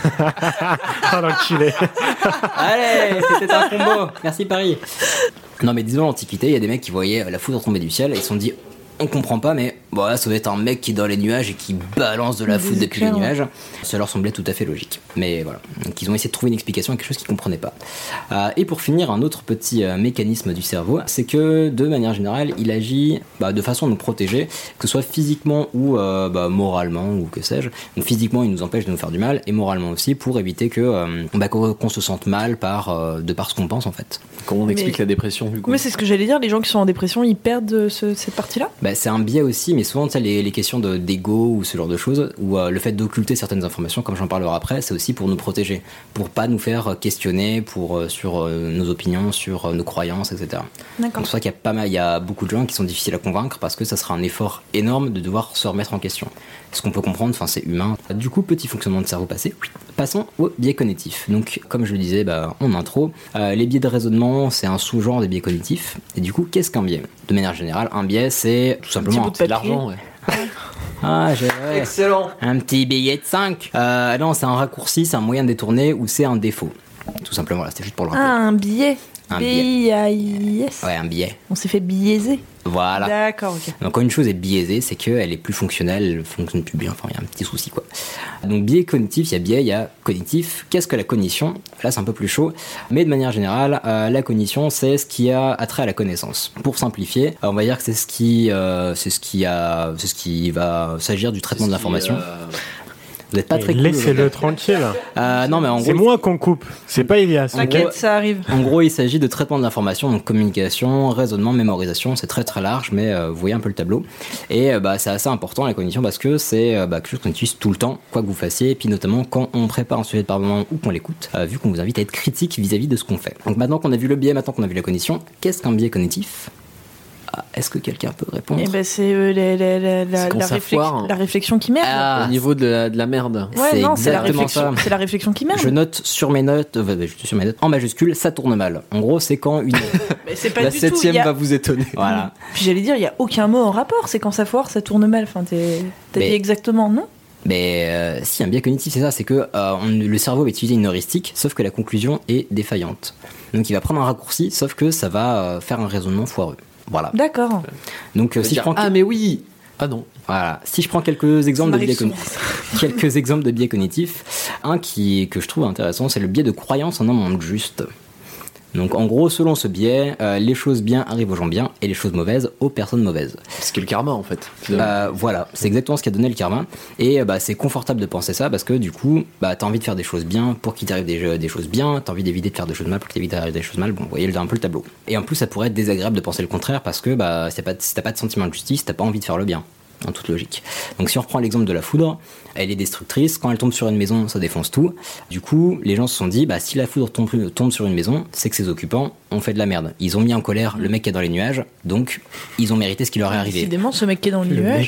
Oh l'enculé.
Allez, c'était un combo. Merci Paris. Non mais disons l'Antiquité, il y a des mecs qui voyaient la foudre tomber du ciel et ils se sont dit on comprend pas, mais voilà, ça doit être un mec qui est dans les nuages et qui balance de la foudre depuis les nuages. Ça leur semblait tout à fait logique. Mais voilà, donc ils ont essayé de trouver une explication à quelque chose qu'ils comprenaient pas. Et pour finir, un autre petit mécanisme du cerveau, c'est que de manière générale, il agit de façon à nous protéger, que ce soit physiquement ou moralement ou que sais-je. Donc physiquement, il nous empêche de nous faire du mal, et moralement aussi pour éviter qu'on se sente mal de par ce qu'on pense en fait.
Comment on explique la dépression du coup?
Mais c'est ce que j'allais dire, les gens qui sont en dépression, ils perdent cette partie-là?
C'est un biais aussi, mais souvent les questions d'ego ou ce genre de choses, ou le fait d'occulter certaines informations, comme j'en parlerai après, c'est aussi pour nous protéger, pour pas nous faire questionner sur nos opinions, sur nos croyances, etc.
D'accord.
Donc c'est pour ça qu'il y a beaucoup de gens qui sont difficiles à convaincre parce que ça sera un effort énorme de devoir se remettre en question. Ce qu'on peut comprendre, c'est humain. Du coup, petit fonctionnement de cerveau passé. Passons au biais cognitif. Donc, comme je le disais en intro, les biais de raisonnement, c'est un sous-genre des biais cognitifs. Et du coup, qu'est-ce qu'un biais? De manière générale, un biais, c'est tout simplement
de l'argent, ouais.
Excellent. Un petit billet de 5. Non, c'est un raccourci, c'est un moyen de détourner ou c'est un défaut. Tout simplement, là, c'était juste pour le rappeler.
Un billet.
B-I-A-I-S. Ouais, un billet.
On s'est fait biaiser.
Voilà.
D'accord, ok.
Donc quand une chose est biaisée, c'est qu'elle est plus fonctionnelle, elle fonctionne plus bien, il y a un petit souci quoi. Donc biais cognitif, il y a biais, il y a cognitif. Qu'est-ce que la cognition? Là c'est un peu plus chaud, mais de manière générale, la cognition c'est ce qui a attrait à la connaissance. Pour simplifier, on va dire que c'est ce qui va s'agir du traitement de l'information. Vous n'êtes pas très cool.
Laissez-le tranquille.
Non, mais en gros,
c'est moi qu'on coupe, c'est pas Elias.
T'inquiète, ça arrive.
En gros, il s'agit de traitement de l'information, donc communication, raisonnement, mémorisation. C'est très très large, mais vous voyez un peu le tableau. Et c'est assez important la cognition parce que c'est quelque chose qu'on utilise tout le temps, quoi que vous fassiez, et puis notamment quand on prépare un sujet de parlement ou qu'on l'écoute, vu qu'on vous invite à être critique vis-à-vis de ce qu'on fait. Donc maintenant qu'on a vu le biais, maintenant qu'on a vu la cognition, qu'est-ce qu'un biais cognitif? Est-ce que quelqu'un peut répondre?
C'est la réflexion qui merde.
Au niveau de la merde.
Ouais,
c'est
non, c'est la
exactement
réflexion. C'est la réflexion qui merde.
Je note sur mes notes, en majuscule, ça tourne mal. En gros, c'est quand une.
C'est pas
la
du
septième
tout,
va vous étonner.
Voilà.
Puis j'allais dire, il y a aucun mot en rapport. C'est quand ça foire, ça tourne mal. Enfin, t'as dit exactement, non?
Mais si, un biais cognitif, c'est ça, c'est que le cerveau va utiliser une heuristique, sauf que la conclusion est défaillante. Donc il va prendre un raccourci, sauf que ça va faire un raisonnement foireux. Voilà.
D'accord.
Donc si je prends
mais oui. Ah non.
Voilà. Si je prends quelques exemples de biais cognitifs, un que je trouve intéressant, c'est le biais de croyance en un monde juste. Donc en gros, selon ce biais, les choses bien arrivent aux gens bien et les choses mauvaises aux personnes mauvaises.
C'est ce qu'est le karma en fait.
Voilà, c'est exactement ce qui a donné le karma. Et c'est confortable de penser ça parce que du coup, t'as envie de faire des choses bien pour qu'il t'arrive des choses bien, t'as envie d'éviter de faire des choses mal pour qu'il t'arrive des choses mal. Bon, vous voyez un peu le tableau. Et en plus, ça pourrait être désagréable de penser le contraire parce que si t'as pas de sentiment de justice, t'as pas envie de faire le bien. En toute logique. Donc si on reprend l'exemple de la foudre, elle est destructrice, quand elle tombe sur une maison, ça défonce tout. Du coup, les gens se sont dit, si la foudre tombe sur une maison, c'est que ses occupants ont fait de la merde. Ils ont mis en colère le mec qui est dans les nuages, donc ils ont mérité ce qui leur est arrivé.
Décidément, ce mec qui est dans les nuages...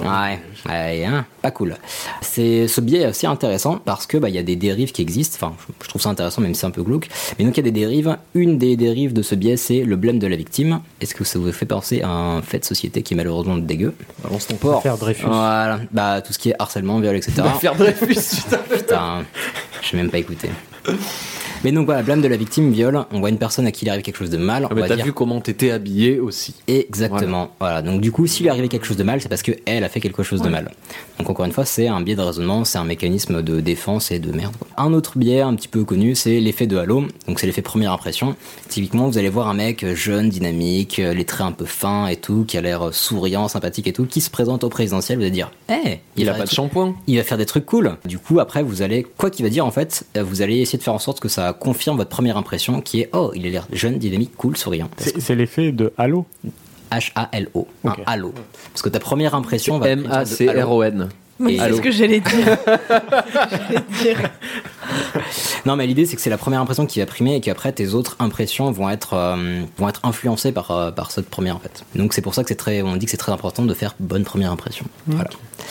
Pas cool. Ce biais est aussi intéressant parce que il y a des dérives qui existent, enfin je trouve ça intéressant même si c'est un peu glauque, mais donc il y a des dérives. Une des dérives de ce biais, c'est le blâme de la victime. Est-ce que ça vous fait penser à un fait de société qui est malheureusement dégueu?
Balance ton porc.
L'affaire Dreyfus.
Voilà, tout ce qui est harcèlement, viol, etc.
L'affaire Dreyfus,
putain, je vais même pas écouter. Mais donc voilà, blâme de la victime, viol, on voit une personne à qui il arrive quelque chose de mal.
Mais t'as vu comment t'étais habillé aussi.
Exactement. Voilà. Donc du coup, s'il lui est arrivé quelque chose de mal, c'est parce qu'elle a fait quelque chose de mal. Donc encore une fois, c'est un biais de raisonnement, c'est un mécanisme de défense et de merde. Un autre biais un petit peu connu, c'est l'effet de halo. Donc c'est l'effet première impression. Typiquement, vous allez voir un mec jeune, dynamique, les traits un peu fins et tout, qui a l'air souriant, sympathique et tout, qui se présente au présidentiel, vous allez dire,
il a pas de shampoing.
Il va faire des trucs cool. Du coup, après, vous allez, quoi qu'il va dire, en fait, vous allez essayer de faire en sorte que ça confirme votre première impression, qui est, il a l'air jeune, dynamique, cool, souriant.
C'est l'effet de halo.
H-A-L-O.
Okay.
Un halo. Parce que ta première impression va être
M-A-C-R-O-N.
C'est ce que j'allais dire.
Non, mais l'idée c'est que c'est la première impression qui va primer et qu'après tes autres impressions vont être influencées par cette première en fait. Donc c'est pour ça que on dit que c'est très important de faire bonne première impression. Voilà.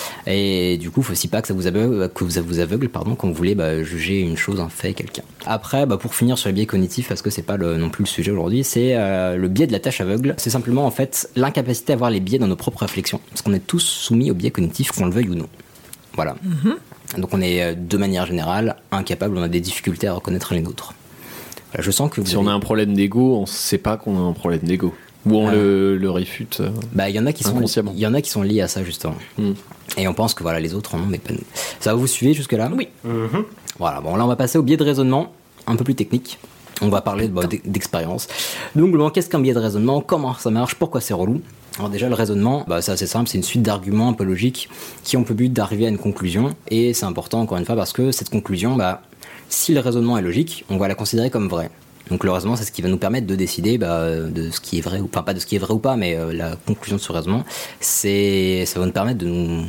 Et du coup, faut aussi pas que ça vous aveugle, quand vous voulez juger une chose, un fait, quelqu'un. Après, pour finir sur les biais cognitifs, parce que c'est pas non plus le sujet aujourd'hui, c'est le biais de la tâche aveugle. C'est simplement en fait l'incapacité à voir les biais dans nos propres réflexions, parce qu'on est tous soumis aux biais cognitifs, qu'on le veuille ou non. Voilà. Donc on est de manière générale incapable, on a des difficultés à reconnaître les nôtres. Voilà, je sens que
si on a un problème d'ego, on sait pas qu'on a un problème d'ego. Ou on le réfute.
Il y en a qui sont liés à ça justement. Et on pense que voilà les autres en ont, mais pas nous. Ça va, vous suivre jusque là?
Oui.
Voilà, bon là on va passer au biais de raisonnement, un peu plus technique. On va parler d'expérience. Donc qu'est-ce qu'un biais de raisonnement? Comment ça marche? Pourquoi c'est relou? Alors déjà le raisonnement, c'est assez simple, c'est une suite d'arguments un peu logiques qui ont pour but d'arriver à une conclusion. Et c'est important encore une fois parce que cette conclusion, si le raisonnement est logique, on va la considérer comme vraie. Donc le raisonnement, c'est ce qui va nous permettre de décider de ce qui est vrai ou pas de ce qui est vrai ou pas, mais la conclusion de ce raisonnement, ça va nous permettre de nous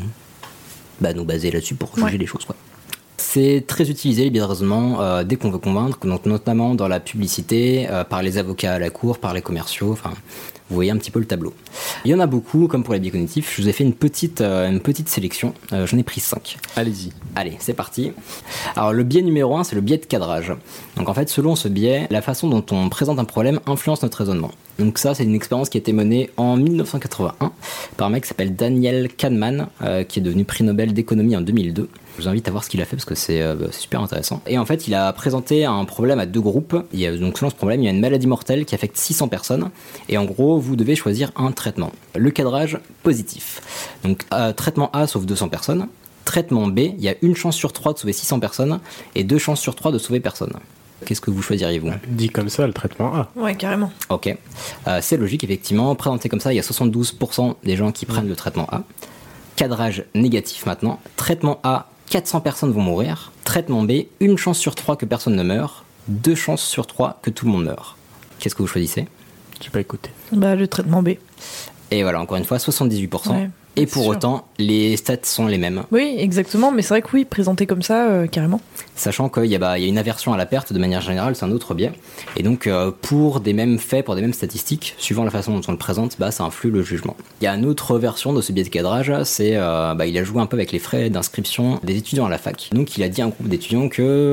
baser là-dessus pour juger les choses, quoi. C'est très utilisé les biais de raisonnement dès qu'on veut convaincre, donc notamment dans la publicité, par les avocats à la cour, par les commerciaux, vous voyez un petit peu le tableau. Il y en a beaucoup, comme pour les biais cognitifs, je vous ai fait une petite sélection, j'en ai pris 5.
Allez-y.
Allez, c'est parti. Alors le biais numéro 1, c'est le biais de cadrage. Donc en fait, selon ce biais, la façon dont on présente un problème influence notre raisonnement. Donc ça, c'est une expérience qui a été menée en 1981 par un mec qui s'appelle Daniel Kahneman, qui est devenu prix Nobel d'économie en 2002. Je vous invite à voir ce qu'il a fait parce que c'est super intéressant. Et en fait, il a présenté un problème à 2 groupes. Donc selon ce problème, il y a une maladie mortelle qui affecte 600 personnes. Et en gros, vous devez choisir un traitement. Le cadrage positif. Donc traitement A sauve 200 personnes. Traitement B, il y a 1 chance sur 3 de sauver 600 personnes et 2 chances sur 3 de sauver personne. Qu'est-ce que vous choisiriez-vous?
Dit comme ça, le traitement A.
Ouais, carrément.
Ok. C'est logique, effectivement. Présenté comme ça, il y a 72% des gens qui prennent le traitement A. Cadrage négatif maintenant. Traitement A, 400 personnes vont mourir. Traitement B, 1 chance sur 3 que personne ne meurt. 2 chances sur 3 que tout le monde meurt. Qu'est-ce que vous choisissez?
J'ai pas écouté.
Le traitement B.
Et voilà, encore une fois, 78%.
Ouais.
Et pour autant, les stats sont les mêmes.
Oui, exactement, mais c'est vrai que oui, présenté comme ça, carrément.
Sachant qu'il y a une aversion à la perte de manière générale, c'est un autre biais. Et donc, pour des mêmes faits, pour des mêmes statistiques, suivant la façon dont on le présente, ça influe le jugement. Il y a une autre version de ce biais de cadrage, c'est il a joué un peu avec les frais d'inscription des étudiants à la fac. Donc, il a dit à un groupe d'étudiants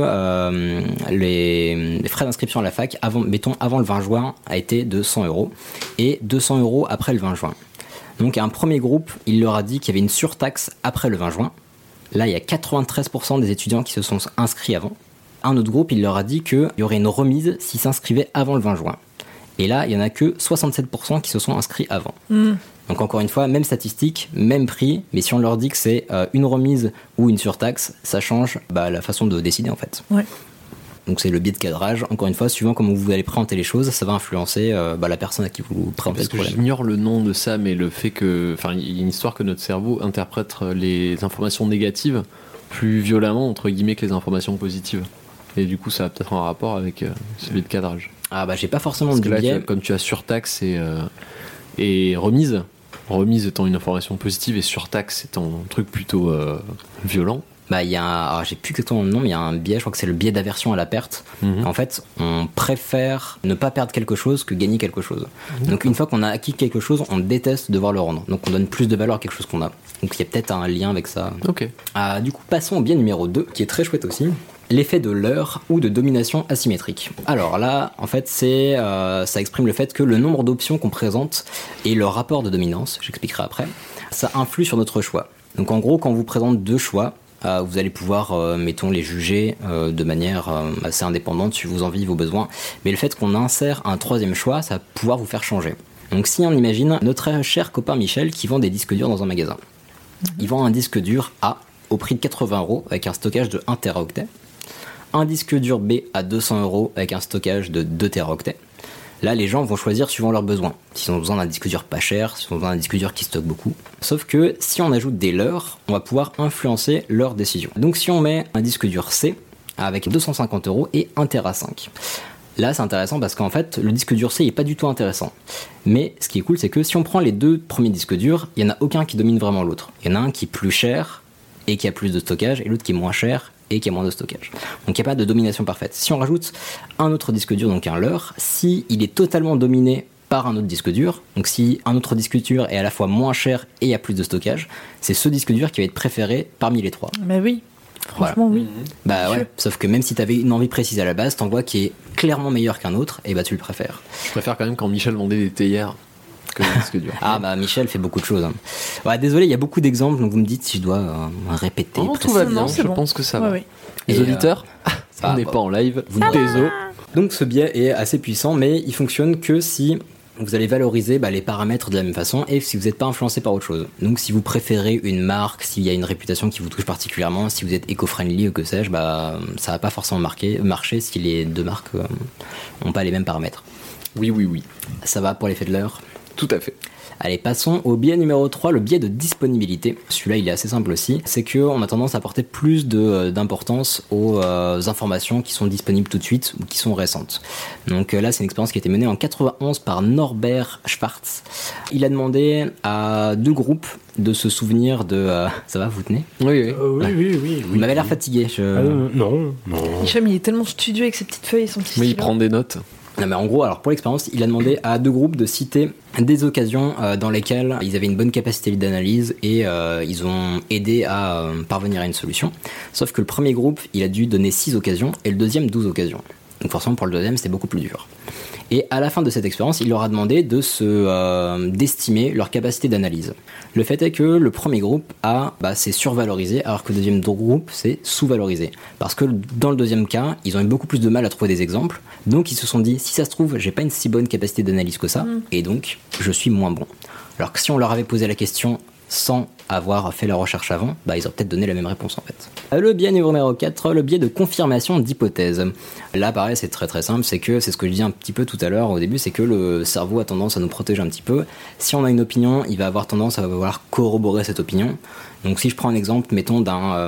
que les frais d'inscription à la fac, avant le 20 juin, a été de 100 € et 200 € après le 20 juin. Donc à un premier groupe, il leur a dit qu'il y avait une surtaxe après le 20 juin. Là, il y a 93% des étudiants qui se sont inscrits avant. Un autre groupe, il leur a dit qu'il y aurait une remise s'ils s'inscrivaient avant le 20 juin. Et là, il n'y en a que 67% qui se sont inscrits avant. Donc encore une fois, même statistique, même prix, mais si on leur dit que c'est une remise ou une surtaxe, ça change la façon de décider en fait.
Ouais.
Donc c'est le biais de cadrage. Encore une fois, suivant comment vous allez présenter les choses, ça va influencer la personne à qui vous présentez le problème.
Parce que j'ignore le nom de ça, mais le fait que... il y a une histoire que notre cerveau interprète les informations négatives plus violemment, entre guillemets, que les informations positives. Et du coup, ça a peut-être un rapport avec ce biais de cadrage.
J'ai pas forcément
de
biais.
Comme tu as surtaxe et remise étant une information positive et surtaxe étant un truc plutôt violent.
J'ai plus exactement le nom, mais il y a un biais, je crois que c'est le biais d'aversion à la perte. En fait, on préfère ne pas perdre quelque chose que gagner quelque chose. Donc une fois qu'on a acquis quelque chose, on déteste devoir le rendre. Donc on donne plus de valeur à quelque chose qu'on a. Donc il y a peut-être un lien avec ça.
Ok.
Du coup, passons au biais numéro 2, qui est très chouette aussi. L'effet de leurre ou de domination asymétrique. Alors là, en fait, ça exprime le fait que le nombre d'options qu'on présente et le rapport de dominance, j'expliquerai après, ça influe sur notre choix. Donc en gros, quand on vous présente 2 choix, vous allez pouvoir, mettons, les juger de manière assez indépendante suivant vos envies, vos besoins. Mais le fait qu'on insère un troisième choix, ça va pouvoir vous faire changer. Donc si on imagine notre cher copain Michel qui vend des disques durs dans un magasin. Il vend un disque dur A au prix de 80€ avec un stockage de 1 teraoctet. Un disque dur B à 200€ avec un stockage de 2 teraoctets. Là, les gens vont choisir suivant leurs besoins. S'ils ont besoin d'un disque dur pas cher, s'ils ont besoin d'un disque dur qui stocke beaucoup. Sauf que si on ajoute des leurres, on va pouvoir influencer leur décision. Donc si on met un disque dur C avec 250€ et 1 Tera 5. Là, c'est intéressant parce qu'en fait, le disque dur C n'est pas du tout intéressant. Mais ce qui est cool, c'est que si on prend les deux premiers disques durs, il n'y en a aucun qui domine vraiment l'autre. Il y en a un qui est plus cher et qui a plus de stockage, et l'autre qui est moins cher et qui a moins de stockage. Donc il n'y a pas de domination parfaite. Si on rajoute un autre disque dur, donc un leurre, si il est totalement dominé par un autre disque dur, donc si un autre disque dur est à la fois moins cher et il y a plus de stockage, c'est ce disque dur qui va être préféré parmi les trois.
Bah oui. Franchement, oui.
Bah ouais, sauf que même si tu avais une envie précise à la base, t'en vois qui est clairement meilleur qu'un autre, et bah tu le préfères.
Je préfère quand même quand Michel vendait des théières que des disques durs.
Ah bah Michel fait beaucoup de choses. Hein. Ouais, désolé, il y a beaucoup d'exemples, donc vous me dites si je dois répéter.
Non, tout va bien, je pense que ça va.
Ouais.
Les auditeurs, on n'est pas en live, vous désolé.
Donc ce biais est assez puissant, mais il fonctionne que si vous allez valoriser les paramètres de la même façon et si vous n'êtes pas influencé par autre chose. Donc si vous préférez une marque, s'il y a une réputation qui vous touche particulièrement, si vous êtes éco-friendly ou que sais-je, ça va pas forcément marcher si les deux marques n'ont pas les mêmes paramètres.
Oui.
Ça va pour l'effet de l'heure ?
Tout à fait.
Allez, passons au biais numéro 3, le biais de disponibilité. Celui-là, il est assez simple aussi. C'est qu'on a tendance à porter plus d'importance aux informations qui sont disponibles tout de suite ou qui sont récentes. Donc là, c'est une expérience qui a été menée en 91 par Norbert Schwartz. Il a demandé à 2 groupes de se souvenir de... Ça va, vous tenez ?
Oui.
Vous m'avez l'air fatigué.
Non.
Hicham, il est tellement studieux avec ses petites feuilles et son petit
Mais il
stylo.
prend des notes.
Non mais en gros, alors pour l'expérience, il a demandé à 2 groupes de citer des occasions dans lesquelles ils avaient une bonne capacité d'analyse et ils ont aidé à parvenir à une solution. Sauf que le premier groupe, il a dû donner 6 occasions et le deuxième 12 occasions. Donc forcément pour le deuxième, c'était beaucoup plus dur. Et à la fin de cette expérience, il leur a demandé d'estimer leur capacité d'analyse. Le fait est que le premier groupe c'est survalorisé, alors que le deuxième groupe, c'est sous-valorisé. Parce que dans le deuxième cas, ils ont eu beaucoup plus de mal à trouver des exemples. Donc ils se sont dit, si ça se trouve, j'ai pas une si bonne capacité d'analyse que ça, et donc je suis moins bon. Alors que si on leur avait posé la question sans avoir fait la recherche avant, ils auraient peut-être donné la même réponse en fait. Le biais numéro 4, le biais de confirmation d'hypothèse. Là pareil, c'est très très simple, c'est ce que je dis un petit peu tout à l'heure au début, c'est que le cerveau a tendance à nous protéger un petit peu. Si on a une opinion, il va avoir tendance à vouloir corroborer cette opinion. Donc si je prends un exemple, mettons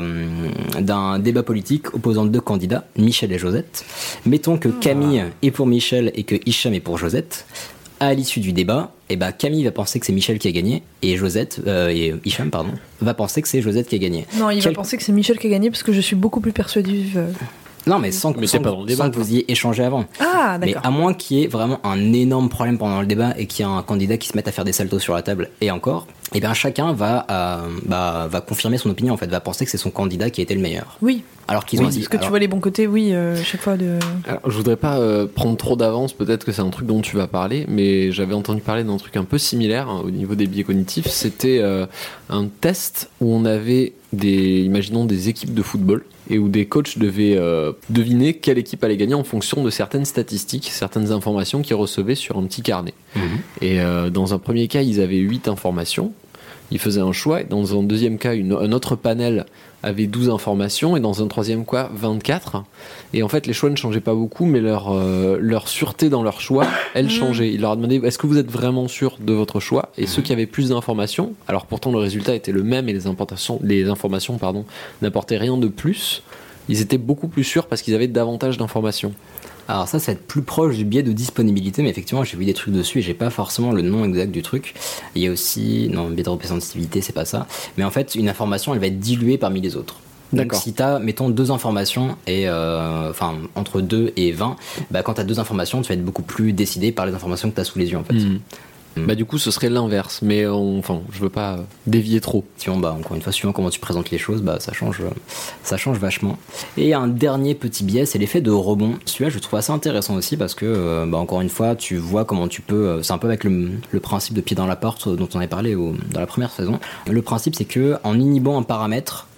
d'un débat politique opposant 2 candidats, Michel et Josette. Mettons que Camille est pour Michel et que Hicham est pour Josette. À l'issue du débat, Camille va penser que c'est Michel qui a gagné et Hicham va penser que c'est Josette qui a gagné.
Non, il va penser que c'est Michel qui a gagné parce que je suis beaucoup plus persuasive.
Non, mais sans que vous ayez échangé avant.
Ah, d'accord.
Mais à moins qu'il y ait vraiment un énorme problème pendant le débat et qu'il y ait un candidat qui se mette à faire des saltos sur la table et encore, chacun va confirmer son opinion en fait, va penser que c'est son candidat qui a été le meilleur.
Oui.
Alors qu'ils ont dit.
Parce que tu vois les bons côtés, chaque fois de.
Alors, je voudrais pas prendre trop d'avance, peut-être que c'est un truc dont tu vas parler, mais j'avais entendu parler d'un truc un peu similaire au niveau des biais cognitifs. C'était un test où on avait imaginons des équipes de football et où des coachs devaient deviner quelle équipe allait gagner en fonction de certaines statistiques, certaines informations qu'ils recevaient sur un petit carnet. Et dans un premier cas, ils avaient 8 informations. Ils faisaient un choix, et dans un deuxième cas, un autre panel avait 12 informations, et dans un troisième cas, 24. Et en fait, les choix ne changeaient pas beaucoup, mais leur sûreté dans leur choix, elle changeait. Il leur a demandé, est-ce que vous êtes vraiment sûr de votre choix ? Et ceux qui avaient plus d'informations, alors pourtant le résultat était le même, et les informations n'apportaient rien de plus, ils étaient beaucoup plus sûrs parce qu'ils avaient davantage d'informations.
Alors ça va être plus proche du biais de disponibilité, mais effectivement j'ai vu des trucs dessus et j'ai pas forcément le nom exact du truc. Il y a aussi, biais de représentativité, c'est pas ça, mais en fait une information elle va être diluée parmi les autres. Donc si t'as, mettons, 2 informations et entre 2 et 20, quand t'as 2 informations tu vas être beaucoup plus décidé par les informations que t'as sous les yeux en fait.
Du coup ce serait l'inverse, mais je veux pas dévier trop.
Encore une fois, suivant comment tu présentes les choses, ça change vachement. Et un dernier petit biais, c'est l'effet de rebond. Celui-là je le trouve assez intéressant aussi parce que encore une fois tu vois comment tu peux, c'est un peu avec le principe de pied dans la porte dont on avait parlé dans la première saison. Le principe c'est que en inhibant un paramètre,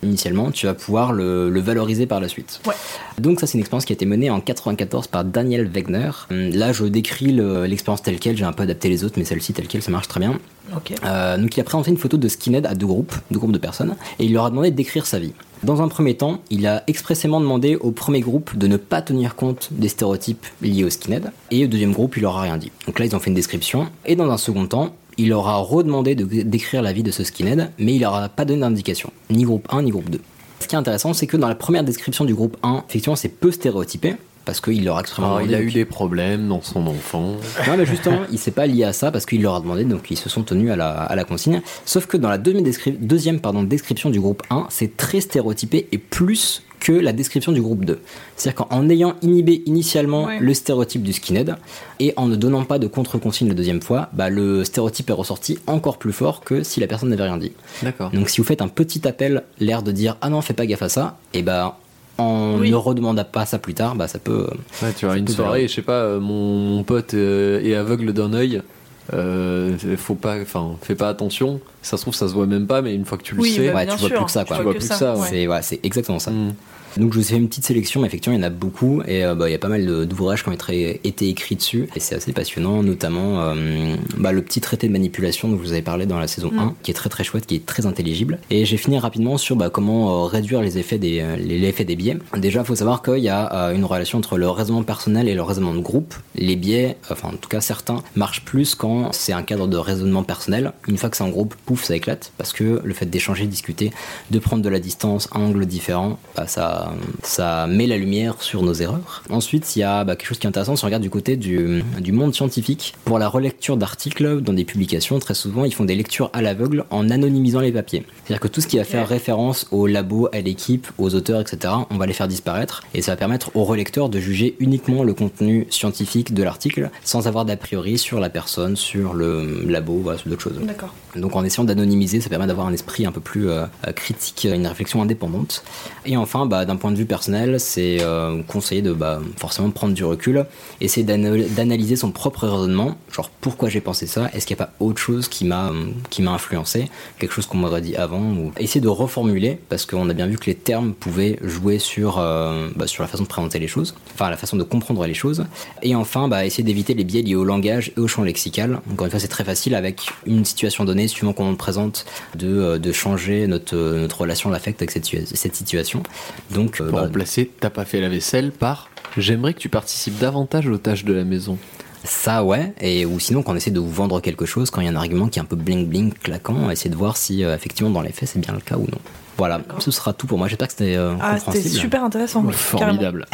initialement, tu vas pouvoir le valoriser par la suite.
Ouais.
Donc ça, c'est une expérience qui a été menée en 94 par Daniel Wegner. Là, je décris l'expérience telle quelle, j'ai un peu adapté les autres, mais celle-ci telle quelle, ça marche très bien.
Ok.
Donc il a présenté une photo de skinhead à deux groupes de personnes, et il leur a demandé de décrire sa vie. Dans un premier temps, il a expressément demandé au premier groupe de ne pas tenir compte des stéréotypes liés au skinhead, et au deuxième groupe, il leur a rien dit. Donc là, ils ont fait une description, et dans un second temps, il leur a redemandé de décrire la vie de ce skinhead, mais il leur a pas donné d'indication, ni groupe 1 ni groupe 2. Ce qui est intéressant, c'est que dans la première description du groupe 1, effectivement, c'est peu stéréotypé, parce qu'il leur a extrêmement demandé.
Il a eu des problèmes dans son enfant.
Non, mais justement, il s'est pas lié à ça, parce qu'il leur a demandé, donc ils se sont tenus à la consigne. Sauf que dans la deuxième description du groupe 1, c'est très stéréotypé et plus que la description du groupe 2. C'est-à-dire qu'en ayant inhibé initialement le stéréotype du skinhead, et en ne donnant pas de contre-consigne la deuxième fois, le stéréotype est ressorti encore plus fort que si la personne n'avait rien dit.
D'accord.
Donc si vous faites un petit appel, l'air de dire « Ah non, fais pas gaffe à ça », et on ne redemande pas ça plus tard, ça peut...
Ouais, tu vois, une soirée, je sais pas, mon pote est aveugle d'un œil, fais pas attention, ça se trouve ça se voit même pas, mais une fois que tu le sais,
tu vois plus que ça, quoi.
Tu vois plus que ça, ouais.
C'est exactement ça. Donc je vous ai fait une petite sélection, mais effectivement il y en a beaucoup, et il y a pas mal d'ouvrages qui ont été écrits dessus, et c'est assez passionnant, notamment le petit traité de manipulation dont je vous avais parlé dans la saison 1, qui est très très chouette, qui est très intelligible. Et j'ai fini rapidement sur comment réduire les effets des biais. Déjà il faut savoir qu'il y a une relation entre le raisonnement personnel et le raisonnement de groupe. Les biais, en tout cas certains, marchent plus quand c'est un cadre de raisonnement personnel. Une fois que c'est en groupe, pouf, ça éclate, parce que le fait d'échanger, discuter, de prendre de la distance, un angle différent, ça met la lumière sur nos erreurs. Ensuite, il y a quelque chose qui est intéressant si on regarde du côté du monde scientifique. Pour la relecture d'articles dans des publications, très souvent, ils font des lectures à l'aveugle en anonymisant les papiers. C'est-à-dire que tout ce qui va faire référence au labo, à l'équipe, aux auteurs, etc., on va les faire disparaître, et ça va permettre au relecteur de juger uniquement le contenu scientifique de l'article sans avoir d'a priori sur la personne, sur le labo, sur d'autres choses.
D'accord.
Donc en essayant d'anonymiser, ça permet d'avoir un esprit un peu plus critique, une réflexion indépendante. Et enfin, d'un point de vue personnel, c'est conseillé de forcément prendre du recul, essayer d'analyser son propre raisonnement, genre pourquoi j'ai pensé ça, est-ce qu'il n'y a pas autre chose qui m'a influencé, quelque chose qu'on m'aurait dit avant, ou essayer de reformuler, parce qu'on a bien vu que les termes pouvaient jouer sur la façon de présenter les choses, enfin la façon de comprendre les choses. Et enfin, essayer d'éviter les biais liés au langage et au champ lexical. Encore une fois, c'est très facile avec une situation donnée, suivant comment on le présente, de changer notre relation à l'affect avec cette situation. Donc,
pour remplacer « t'as pas fait la vaisselle » par « j'aimerais que tu participes davantage aux tâches de la maison ».
Ça, ouais, ou sinon quand on essaie de vous vendre quelque chose, quand il y a un argument qui est un peu bling bling, claquant, on essaie de voir si effectivement dans les faits c'est bien le cas ou non. Voilà, ce sera tout pour moi, j'espère que c'était compréhensible.
C'était super intéressant.
Formidable.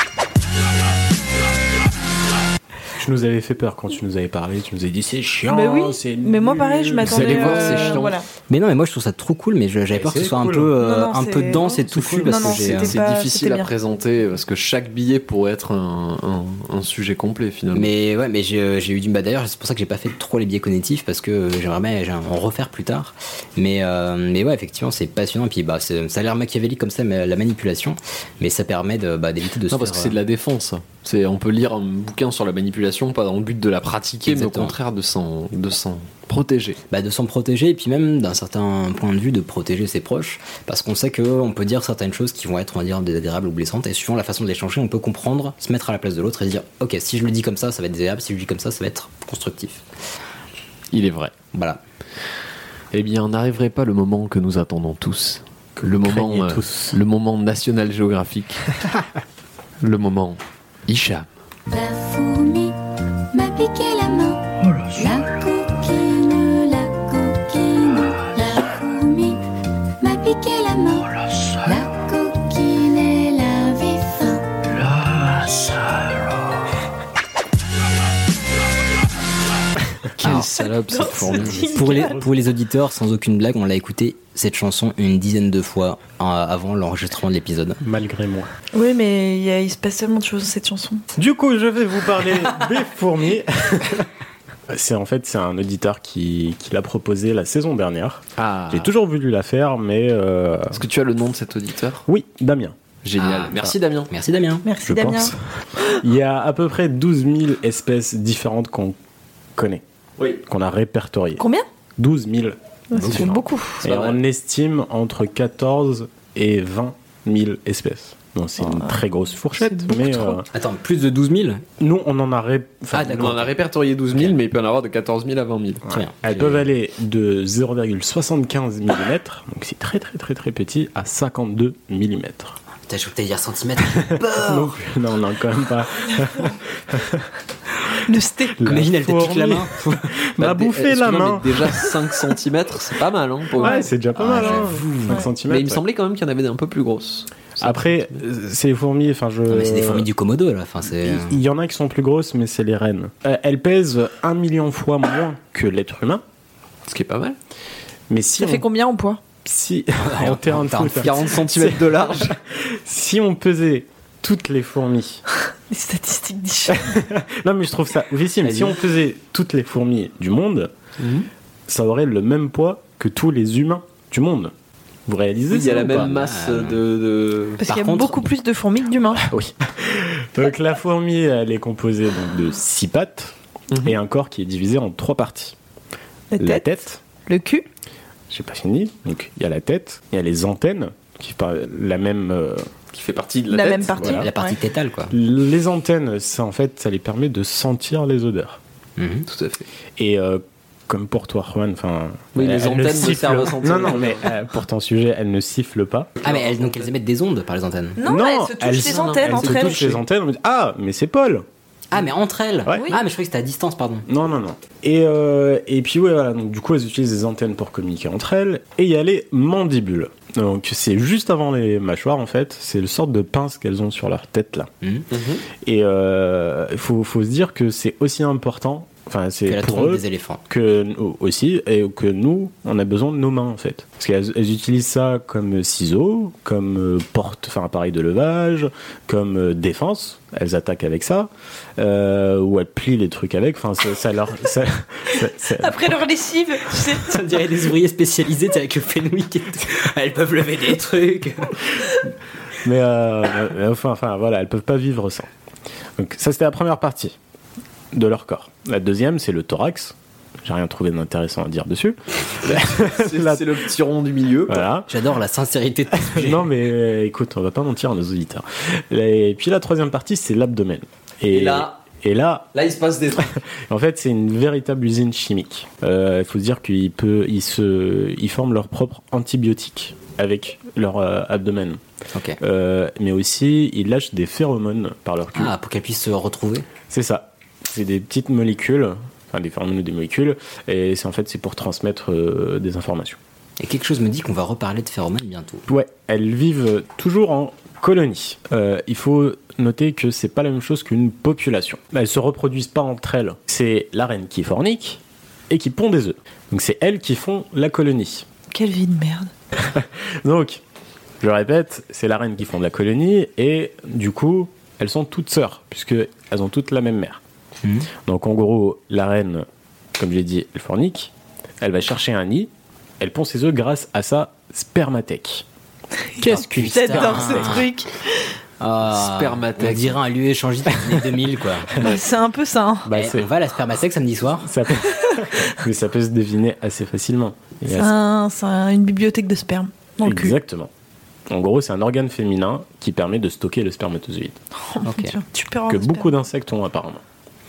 Tu nous avais fait peur quand tu nous avais parlé, tu nous avais dit c'est chiant, c'est nul.
Mais moi pareil, je m'attendais.
Vous allez voir, c'est chiant.
Voilà.
Mais non, mais moi je trouve ça trop cool, mais j'avais peur que ce soit un peu dense et touffu, parce que
c'est difficile à présenter, parce que chaque billet pourrait être un sujet complet finalement.
Mais ouais, mais j'ai eu du mal d'ailleurs, c'est pour ça que j'ai pas fait trop les biais cognitifs, parce que j'aimerais en refaire plus tard. Mais ouais, effectivement, c'est passionnant, et puis ça a l'air machiavélique comme ça, mais la manipulation, mais ça permet d'éviter de se faire...
Non, parce que c'est de la défense. On peut lire un bouquin sur la manipulation, pas dans le but de la pratiquer, mais au contraire de s'en protéger.
De s'en protéger, et puis même d'un certain point de vue de protéger ses proches, parce qu'on sait qu'on peut dire certaines choses qui vont être, on va dire, désagréables ou blessantes, et suivant la façon de les changer, on peut comprendre, se mettre à la place de l'autre et dire ok, si je le dis comme ça va être désagréable, si je le dis comme ça va être constructif.
Il est vrai.
Voilà.
Eh bien, n'arriverait pas le moment que nous attendons tous, le moment National Geographic, le moment Hicham.
La fourmi m'a piqué la main. La coquine, la fourmi m'a piqué la main. La coquine, elle avait faim.
La salope.
Quelle salope cette fourmi. Pour les auditeurs, sans aucune blague, on l'a écouté cette chanson une dizaine de fois avant l'enregistrement de l'épisode.
Malgré moi.
Oui, mais il se passe tellement de choses dans cette chanson.
Du coup, je vais vous parler des fourmis. C'est un auditeur qui l'a proposé la saison dernière. J'ai toujours voulu la faire, mais...
Est-ce que tu as le nom de cet auditeur ?
Oui, Damien.
Génial. Merci Damien.
Merci Damien.
Merci Damien.
Pense. Il y a à peu près 12 000 espèces différentes qu'on connaît. Oui. Qu'on a répertoriées.
Combien ?
12 000.
C'est beaucoup.
Et on estime entre 14 et 20 000 espèces. Donc c'est une très grosse fourchette, mais...
Attends, plus de 12 000
Nous, on en a...
on en a répertorié 12 000, mais il peut en avoir de 14 000 à 20 000.
Très bien.
Elles peuvent aller de 0,75 mm, donc c'est très très très très petit, à 52 mm.
Putain, je crois que t'allais dire centimètres.
non, quand même pas.
Le steak.
Imagine, elle te pique la main.
M'a bouffé la main.
Mais déjà 5 cm, c'est pas mal. Hein,
ouais, c'est déjà pas mal. 5 cm.
Mais il me semblait quand même qu'il y en avait un peu plus grosses.
Après, c'est les fourmis. Enfin,
mais c'est des fourmis du Komodo là. Enfin,
il y en a qui sont plus grosses, mais c'est les reines. Elles pèsent 1 million de fois moins que l'être humain.
Ce qui est pas mal.
Mais si ça fait combien en poids?
Si en terrain de foot,
40 cm de large.
Si on pesait toutes les fourmis.
Les statistiques d'Hicham.
Non, mais je trouve ça oufissime. Si on pesait toutes les fourmis du monde, ça aurait le même poids que tous les humains du monde. Vous réalisez
il y a la même masse de...
Parce qu'il y a beaucoup plus de fourmis que d'humains.
Oui. Donc la fourmi, elle est composée donc, de 6 pattes et un corps qui est divisé en 3 parties. La tête.
Le cul.
J'ai pas fini. Donc il y a la tête, il y a les antennes qui
qui fait partie de la
tête.
Même
partie.
Voilà. La partie tétale, quoi.
Les antennes, ça les permet de sentir les odeurs.
Tout à fait.
Et comme pour toi, Juan, enfin.
Oui, les antennes ne servent à sentir.
Non, mais pour ton sujet, elles ne sifflent pas.
Ah, mais elles émettent des ondes par les antennes.
Non, elles se touchent les antennes entre elles.
Elles se touchent les antennes. Ah, mais c'est Paul.
Ah, mais entre elles.
Ouais.
Oui.
Ah, mais je croyais que c'était à distance, pardon.
Non. Et puis ouais, voilà. Donc du coup, elles utilisent des antennes pour communiquer entre elles. Et il y a les mandibules. Donc c'est juste avant les mâchoires en fait. C'est le sorte de pince qu'elles ont sur leur tête là. Et il faut se dire que c'est aussi important. Enfin, c'est
la
pour eux
des éléphants.
Que aussi et que nous, on a besoin de nos mains en fait. Parce qu'elles utilisent ça comme ciseaux, comme appareil de levage, comme défense. Elles attaquent avec ça, ou elles plient les trucs avec. Enfin, ça leur.
Après leur lessive, tu sais.
Ça dirait des ouvriers spécialisés avec le Fenwick et tout. Elles peuvent lever des trucs.
Mais enfin, voilà, elles peuvent pas vivre sans. Donc ça, c'était la première partie de leur corps. La deuxième, c'est le thorax. J'ai rien trouvé d'intéressant à dire dessus.
C'est le petit rond du milieu.
Voilà.
J'adore la sincérité de ce sujet.
Non, mais écoute, on va pas mentir à nos auditeurs. Et puis la troisième partie, c'est l'abdomen. Et là,
il se passe des trucs.
En fait, c'est une véritable usine chimique. Il faut se dire qu'ils forment leur propre antibiotique avec leur abdomen.
Okay.
Mais aussi, ils lâchent des phéromones par leur cul.
Ah, pour qu'elles puissent se retrouver.
C'est ça. C'est des petites molécules, enfin des phéromones ou des molécules, et c'est pour transmettre des informations.
Et quelque chose me dit qu'on va reparler de phéromones bientôt.
Ouais, elles vivent toujours en colonie. Il faut noter que c'est pas la même chose qu'une population. Elles se reproduisent pas entre elles. C'est la reine qui fornique et qui pond des œufs. Donc c'est elles qui font la colonie.
Quelle vie de merde.
Donc, je répète, c'est la reine qui fonde la colonie et du coup, elles sont toutes sœurs puisqu'elles ont toutes la même mère. Donc en gros, la reine, comme j'ai dit, elle fornique, elle va chercher un nid, elle pond ses œufs grâce à sa spermathèque.
Qu'est-ce que
j'adore ce truc.
Spermathèque. On dirait un lieu échangiste des années 2000 quoi.
C'est un peu ça.
On va à la spermathèque samedi soir.
Mais ça peut se deviner assez facilement.
C'est une bibliothèque de sperme dans le cul.
Exactement. En gros, c'est un organe féminin qui permet de stocker le spermatozoïde. Que beaucoup d'insectes ont apparemment.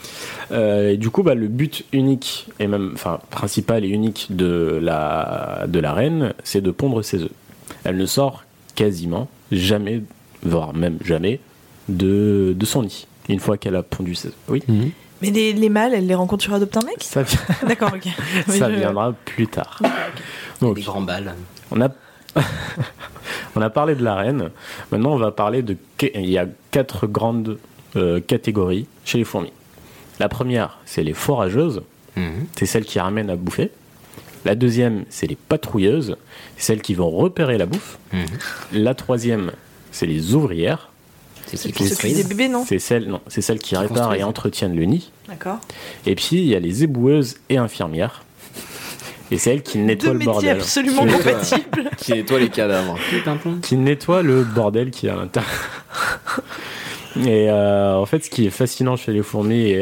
Du coup, le but unique et même, principal et unique de la reine, c'est de pondre ses œufs. Elle ne sort quasiment jamais, voire même jamais, de son nid une fois qu'elle a pondu ses œufs. Oui.
Mais les mâles, elle les rencontre sur Adopte un mec. D'accord, ok.
Ça viendra plus tard.
Donc, des grands balles.
On a parlé de la reine. Maintenant, on va parler il y a 4 grandes catégories chez les fourmis. La première, c'est les forageuses. C'est celles qui ramènent à bouffer. La deuxième, c'est les patrouilleuses. C'est celles qui vont repérer la bouffe. La troisième, c'est les ouvrières.
C'est celles qui s'occupent des bébés, non ?
C'est celles qui réparent et entretiennent le nid.
D'accord.
Et puis, il y a les éboueuses et infirmières. Et c'est elles qui nettoient le bordel.
Absolument compatibles.
Qui nettoient les cadavres.
Qui nettoient le bordel qui est à l'intérieur. Et en fait, ce qui est fascinant chez les fourmis,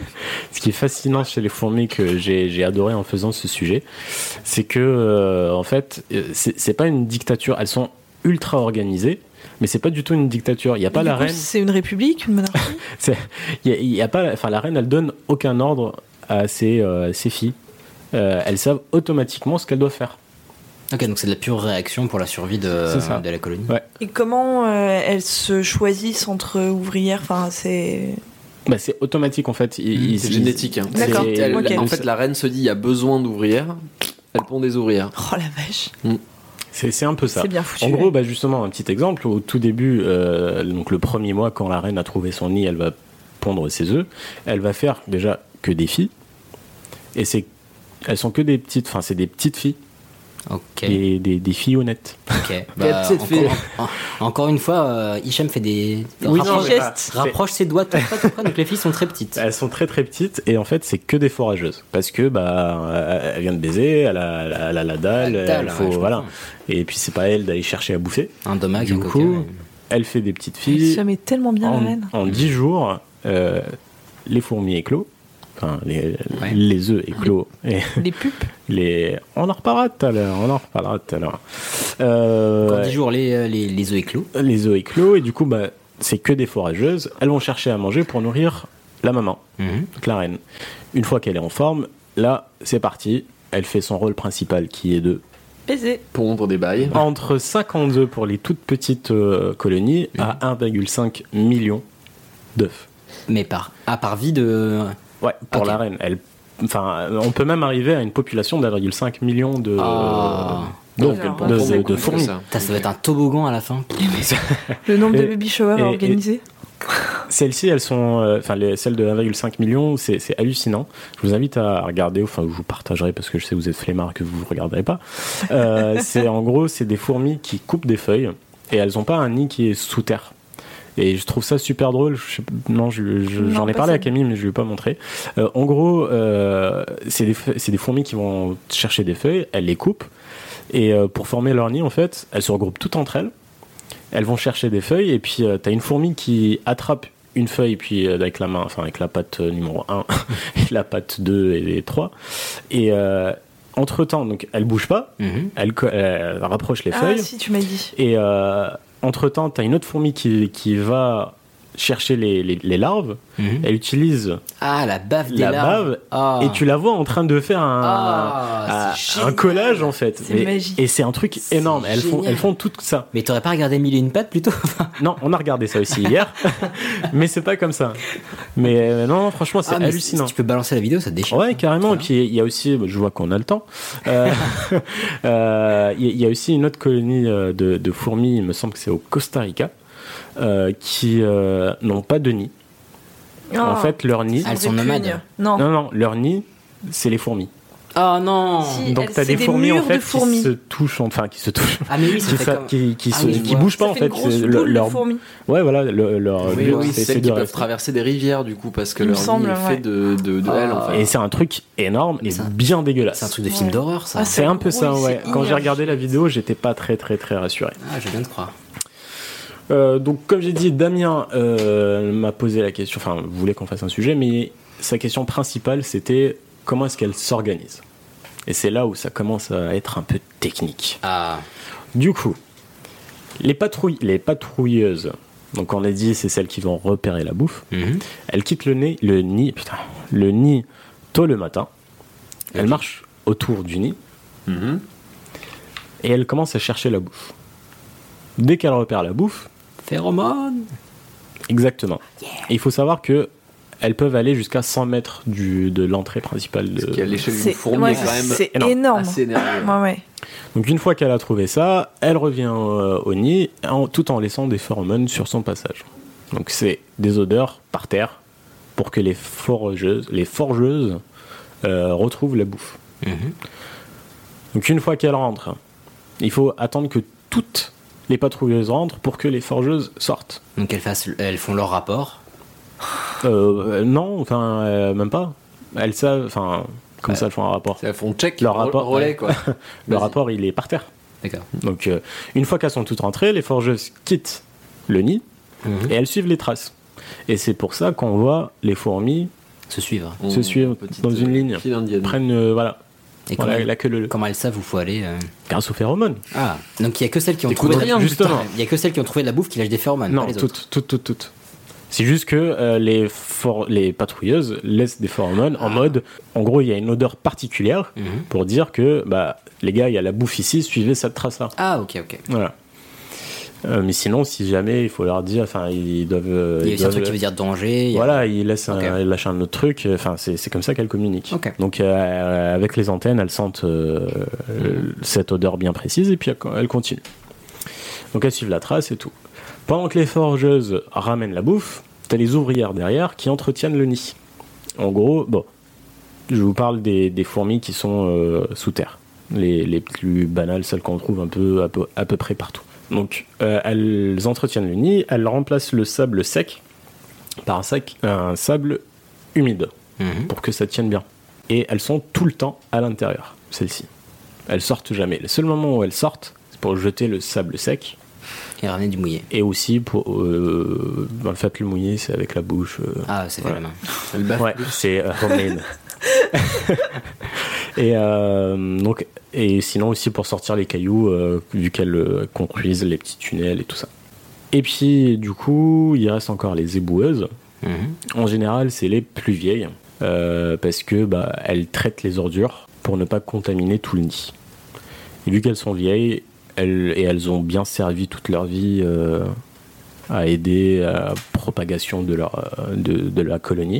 que j'ai adoré en faisant ce sujet, c'est que en fait, c'est pas une dictature. Elles sont ultra organisé, mais c'est pas du tout une dictature. Il y a pas la reine.
C'est une république, une monarchie.
Il y a pas, enfin la reine, elle donne aucun ordre à ses filles. Elles savent automatiquement ce qu'elles doivent faire.
Ok, donc c'est de la pure réaction pour la survie de la colonie.
Ouais.
Et comment elles se choisissent entre ouvrières? Enfin, c'est
automatique en fait.
C'est génétique. Hein.
D'accord. Okay.
En fait, la reine se dit il y a besoin d'ouvrières, elle pond des ouvrières.
Oh la vache.
C'est un peu ça.
C'est bien foutu.
En gros, justement, un petit exemple. Au tout début, donc le premier mois, quand la reine a trouvé son nid, elle va pondre ses œufs. Elle va faire déjà que des filles. Et elles sont que des petites. Enfin, c'est des petites filles.
Ok.
Et des filles honnêtes.
Ok. Encore une fois, Hicham fait des rapproche ses doigts tout près. Donc les filles sont très petites.
Elles sont très très petites et en fait c'est que des forageuses parce que elle vient de baiser, elle a la dalle, il faut voilà. Et puis c'est pas elle d'aller chercher à bouffer.
Un dommage.
Du coup, elle fait des petites filles.
Ça met tellement bien la reine.
En 10 jours, les fourmis éclos. Enfin, les œufs éclos.
Les pupes.
On en reparlera tout à l'heure.
Dans 10 jours, les œufs éclos.
Les œufs éclos, et du coup, c'est que des forageuses. Elles vont chercher à manger pour nourrir la maman, donc la reine. Une fois qu'elle est en forme, là, c'est parti. Elle fait son rôle principal qui est de
baiser.
Pondre des bails.
Entre 50 œufs pour les toutes petites colonies à 1,5 million d'œufs.
Mais par vie de...
Ouais, pour la reine. On peut même arriver à une population d'1,5 million de fourmis.
Ça va être un toboggan à la fin.
Le nombre de baby showers à organiser.
Celles-ci, elles sont, celles de 1,5 million, c'est hallucinant. Je vous invite à regarder, je vous partagerai parce que je sais que vous êtes flemmards que vous ne regarderez pas. En gros, c'est des fourmis qui coupent des feuilles et elles n'ont pas un nid qui est sous terre. Et je trouve ça super drôle. J'en ai parlé à Camille, mais je ne lui ai pas montré. En gros, c'est des fourmis qui vont chercher des feuilles, elles les coupent. Et pour former leur nid, en fait, elles se regroupent toutes entre elles. Elles vont chercher des feuilles. Et puis, tu as une fourmi qui attrape une feuille, puis avec la main, enfin avec la patte numéro 1, et la patte 2 et 3. Et entre-temps, donc, elle ne bouge pas. Elle rapproche les feuilles.
Ah, si, tu m'as dit.
Et... entre-temps, tu as une autre fourmi qui va chercher les larves. Elle utilise
la bave des larves.
Et tu la vois en train de faire un collage, en fait. Et c'est un truc énorme. Elles font tout ça.
Mais t'aurais pas regardé Mille et une pattes plutôt?
Non, on a regardé ça aussi hier. Mais c'est pas comme ça. Mais non, franchement, c'est hallucinant.
Si tu peux balancer la vidéo, ça te déchire.
Ouais, carrément. Et puis il y a aussi, je vois qu'on a le temps. Il y a aussi une autre colonie de fourmis, il me semble que c'est au Costa Rica, qui n'ont pas de nid. En fait, leur nid...
Elles sont nomades.
Non, leur nid, c'est les fourmis.
Oh non.
Donc t'as des fourmis en fait qui se touchent,
Ah mais oui,
qui bougent pas en fait.
Leur fourmis.
Ouais, voilà, leur
c'est qu'ils peuvent traverser des rivières du coup parce que leur nid est fait de ailes en fait.
Et c'est un truc énorme et bien dégueulasse.
C'est un truc de film d'horreur ça.
C'est un peu ça, ouais. Quand j'ai regardé la vidéo, j'étais pas très rassuré.
Ah, je viens de croire.
Donc comme j'ai dit, Damien m'a posé la question, enfin voulait qu'on fasse un sujet, mais sa question principale c'était comment est-ce qu'elle s'organise. Et c'est là où ça commence à être un peu technique. Du coup, les patrouilleuses, donc on a dit c'est celles qui vont repérer la bouffe, elles quittent le nid tôt le matin, elles marchent autour du nid, et elles commencent à chercher la bouffe. Dès qu'elles repèrent la bouffe,
phéromones.
Exactement. Yeah. Et il faut savoir que elles peuvent aller jusqu'à 100 mètres de l'entrée principale.
Parce qu'à l'échelle d'une fourmi,
c'est énorme.
Assez énorme.
Ouais.
Donc une fois qu'elle a trouvé ça, elle revient au nid tout en laissant des phéromones sur son passage. Donc c'est des odeurs par terre pour que les forgeuses retrouvent la bouffe. Donc une fois qu'elle rentre, il faut attendre que toutes les patrouilleuses rentrent pour que les forgeuses sortent.
Donc elles font leur rapport.
Non, enfin même pas. Elles savent, enfin comme ça elles font un rapport.
Elles font check
leur rapport,
relais quoi.
Le rapport il est par terre.
D'accord.
Donc une fois qu'elles sont toutes rentrées, les forgeuses quittent le nid et elles suivent les traces. Et c'est pour ça qu'on voit les fourmis
se suivre
dans une ligne. Prennent
Et comment elles savent où faut aller
Grâce aux phéromones.
Ah, donc il y a que celles qui ont trouvé il y a que celles qui ont trouvé de la bouffe qui lâchent des phéromones.
Non,
pas les autres.
toutes. C'est juste que les patrouilleuses laissent des phéromones en mode, en gros, il y a une odeur particulière pour dire que les gars, il y a la bouffe ici, suivez cette trace-là.
Ah, ok.
Voilà. Mais sinon, si jamais, il faut leur dire, enfin, ils doivent.
Il y a un truc qui veut dire danger.
Voilà, ils lâchent un autre truc. Enfin, c'est comme ça qu'elles communiquent. Okay. Donc, avec les antennes, elles sentent cette odeur bien précise et puis elles continuent. Donc, elles suivent la trace et tout. Pendant que les forgeuses ramènent la bouffe, t'as les ouvrières derrière qui entretiennent le nid. En gros, je vous parle des fourmis qui sont sous terre, les plus banales, celles qu'on trouve à peu près partout. Donc, elles entretiennent le nid, elles remplacent le sable sec par un sable humide pour que ça tienne bien. Et elles sont tout le temps à l'intérieur, celles-ci. Elles sortent jamais. Le seul moment où elles sortent, c'est pour jeter le sable sec.
Et ramener du mouillé.
Et aussi, pour le fait, le mouillé, c'est avec la bouche.
Ah, c'est fait la main.
Ouais, c'est homemade. Et sinon aussi pour sortir les cailloux, vu qu'elles construisent les petits tunnels et tout ça. Et puis du coup, il reste encore les éboueuses. En général, c'est les plus vieilles, parce que elles traitent les ordures pour ne pas contaminer tout le nid. Et vu qu'elles sont vieilles, elles ont bien servi toute leur vie à aider à la propagation de la colonie.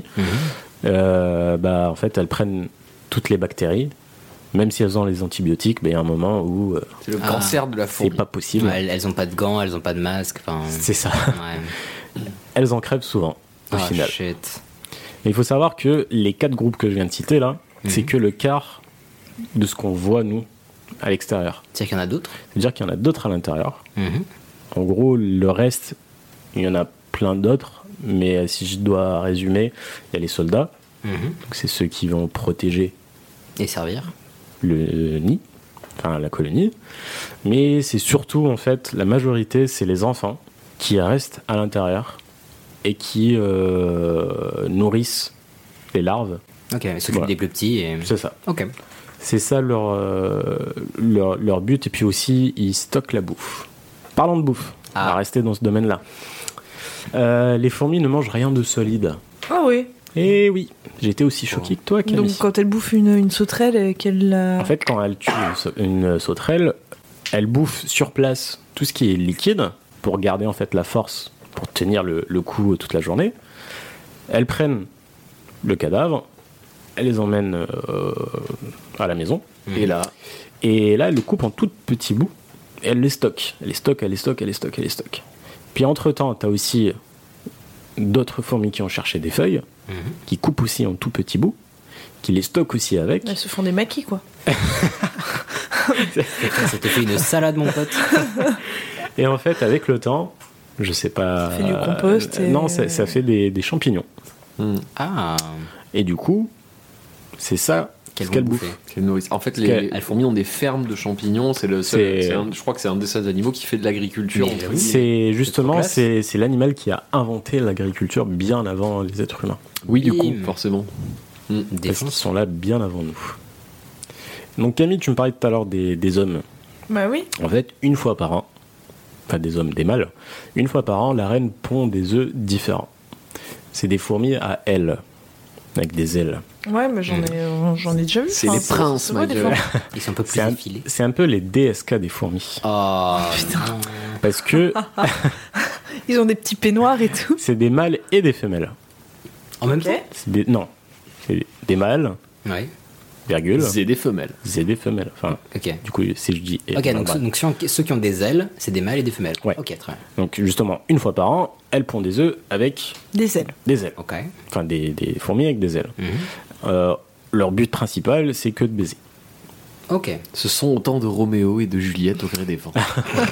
En fait, elles prennent toutes les bactéries, même si elles ont les antibiotiques, il y a un moment où
c'est le cancer de la fourmi.
C'est pas possible.
Ouais, elles ont pas de gants, elles ont pas de masque.
C'est ça. Ouais. Elles en crèvent souvent au final.
Shit.
Mais il faut savoir que les 4 groupes que je viens de citer là, c'est que le quart de ce qu'on voit nous à l'extérieur.
C'est-à-dire qu'il y en a d'autres.
C'est-à-dire qu'il y en a d'autres à l'intérieur. En gros, le reste, il y en a plein d'autres, mais si je dois résumer, il y a les soldats. Donc c'est ceux qui vont protéger
et servir
le nid, enfin la colonie. Mais c'est surtout, en fait, la majorité, c'est les enfants qui restent à l'intérieur et qui nourrissent les larves.
Ok, mais s'occupent des plus petits. Et...
C'est ça.
Ok.
C'est ça leur but. Et puis aussi, ils stockent la bouffe. Parlons de bouffe. On va rester dans ce domaine-là. Les fourmis ne mangent rien de solide.
Ah oui.
Et oui, j'ai été aussi choqué que toi, Camille.
Donc quand elle bouffe une sauterelle,
En fait, quand elle tue une sauterelle, elle bouffe sur place tout ce qui est liquide pour garder en fait la force pour tenir le coup toute la journée. Elles prennent le cadavre, elles les emmènent à la maison. Et là, elles le coupent en tout petits bouts et elles les stockent. Elles les stockent. Puis entre-temps, t'as aussi d'autres fourmis qui ont cherché des feuilles, qui coupent aussi en tout petits bouts, qui les stockent aussi avec.
Elles se font des maquis, quoi.
Ça te fait une salade, mon pote.
Et en fait, avec le temps, je sais pas...
Ça fait du compost
Non, ça fait des champignons.
Ah.
Et du coup, c'est ça qu'elles bouffent.
En fait, les fourmis ont des fermes de champignons. Je crois que c'est un des seuls animaux qui fait de l'agriculture.
C'est justement, c'est l'animal qui a inventé l'agriculture bien avant les êtres humains.
Oui, du coup, forcément.
Parce qu'ils sont là bien avant nous. Donc Camille, tu me parlais tout à l'heure des hommes.
Bah oui.
En fait, une fois par an, enfin des hommes, des mâles, une fois par an, la reine pond des œufs différents. C'est des fourmis à ailes, avec des ailes.
Ouais, mais j'en ai déjà vu.
C'est les princes, ma gueule.
Ils sont un peu plus effilés.
C'est un peu les DSK des fourmis.
Oh
putain.
Parce que
ils ont des petits peignoirs et tout.
C'est des mâles et des femelles.
En même temps.
Non, c'est des mâles.
Ouais.
Virgule.
C'est des femelles.
Enfin,
du
coup, si je dis.
Donc ceux qui ont des ailes, c'est des mâles et des femelles.
Ouais.
Ok, très bien.
Donc justement, une fois par an, elles pondent des œufs avec
des ailes.
Ok.
Enfin, des fourmis avec des ailes. Leur but principal, c'est que de baiser.
Ok.
Ce sont autant de Roméo et de Juliette au gré des vents.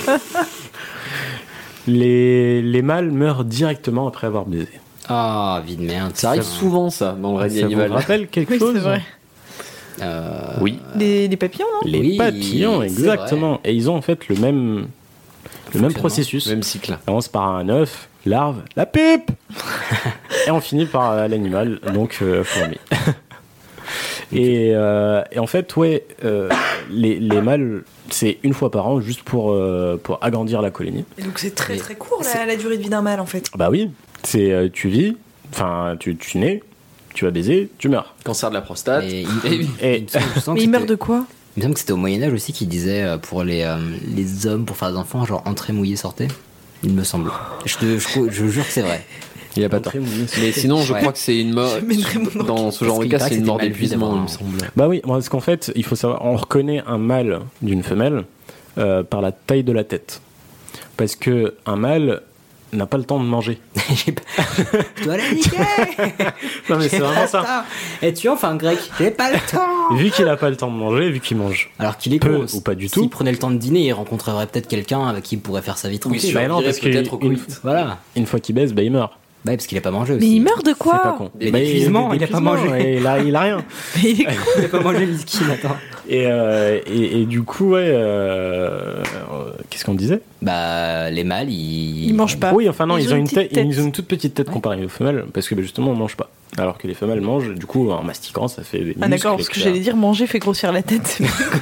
Les mâles meurent directement après avoir baisé.
Ah, vie de merde.
Ça arrive souvent, ça, dans le règne animal.
Ça vous rappelle quelque chose?
C'est vrai.
Oui.
Les papillons, non?
Les papillons, exactement. Et ils ont en fait le même processus.
Même cycle.
On commence par un œuf, larve, la pupe et on finit par l'animal, donc fourmi. Et en fait, les mâles, c'est une fois par an, juste pour agrandir la colonie.
Et donc c'est très très court la durée de vie d'un mâle en fait.
Bah oui, c'est tu vis, enfin tu nais, tu vas baiser, tu meurs.
Cancer de la prostate.
Mais
il meurt de quoi?
Il me semble que c'était au Moyen-Âge aussi qui disait pour les hommes, pour faire des enfants, genre entrez, mouillé, sortez. Il me semble. Je jure que c'est vrai.
Il n'y a pas tort. Mais sinon, je crois que c'est une mort. Dans ce genre de cas, c'est une mort d'épuisement, il me semble.
Bah oui, parce qu'en fait, il faut savoir, on reconnaît un mâle d'une femelle par la taille de la tête. Parce que un mâle n'a pas le temps de manger.
Je dois la niquer.
Non mais c'est vraiment ça.
Et tu enfin grec, j'ai pas le temps.
Vu qu'il a pas le temps de manger, vu qu'il mange
alors qu'il est
peu ou pas du tout.
S'il prenait le temps de dîner, il rencontrerait peut-être quelqu'un avec qui il pourrait faire sa vie tranquille.
Oui,
non, parce une fois qu'il baise, bah il meurt.
Bah parce qu'il a pas mangé aussi.
Mais il meurt de quoi?
C'est pas con.
D'épuisement, il a pas mangé.
Il a rien.
Mais il est con.
Il a pas mangé miskin, attends.
Et du coup, qu'est-ce qu'on disait?
Bah les mâles, ils
mangent pas.
Oui, enfin non, ils ont une toute petite tête comparée aux femelles, parce que justement on mange pas. Alors que les femelles mangent, du coup en mastiquant ça fait des muscles.
Ah d'accord, parce que j'allais dire manger fait grossir la tête.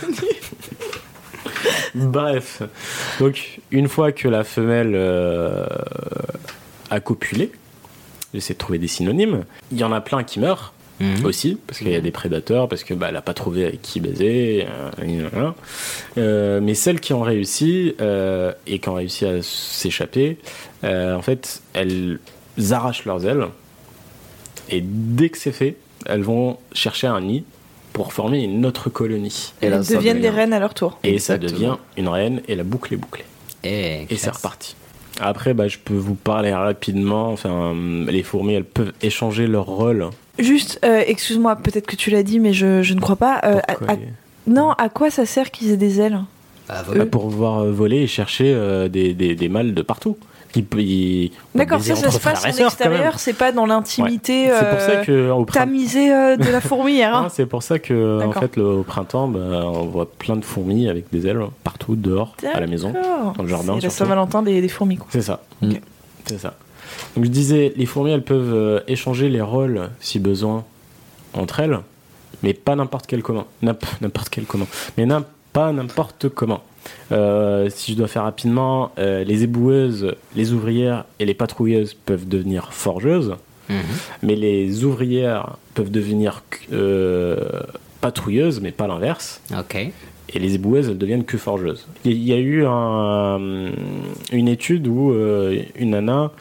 Bref, donc une fois que la femelle a copulé, j'essaie de trouver des synonymes, il y en a plein qui meurent. Aussi, parce qu'il y a des prédateurs, parce que elle n'a pas trouvé avec qui baiser, mais celles qui ont réussi et qui ont réussi à s'échapper, en fait, elles arrachent leurs ailes et dès que c'est fait, elles vont chercher un nid pour former une autre colonie.
Et elles deviennent des reines à leur tour.
Et ça devient une reine et la boucle est bouclée. Et c'est reparti. Après, je peux vous parler rapidement. Enfin, les fourmis, elles peuvent échanger leur rôle.
Juste, excuse-moi, peut-être que tu l'as dit, mais je ne crois pas. Non, à quoi ça sert qu'ils aient des ailes?
Pour pouvoir voler et chercher des mâles de partout.
D'accord, ça se passe en extérieur, c'est pas dans l'intimité
c'est pour ça que,
tamisée de la fourmilière. Hein.
C'est pour ça que en fait, au printemps, on voit plein de fourmis avec des ailes partout, dehors, à la maison, dans le jardin.
C'est la Saint-Valentin des fourmis, quoi.
C'est ça. C'est ça. Donc je disais, les fourmis, elles peuvent échanger les rôles, si besoin, entre elles, mais pas n'importe quel comment. N'importe quel comment. Mais pas n'importe comment. Si je dois faire rapidement, les éboueuses, les ouvrières et les patrouilleuses peuvent devenir forgeuses, mais les ouvrières peuvent devenir patrouilleuses, mais pas l'inverse.
Ok.
Et les éboueuses, elles deviennent que forgeuses. Il y a eu une étude où une nana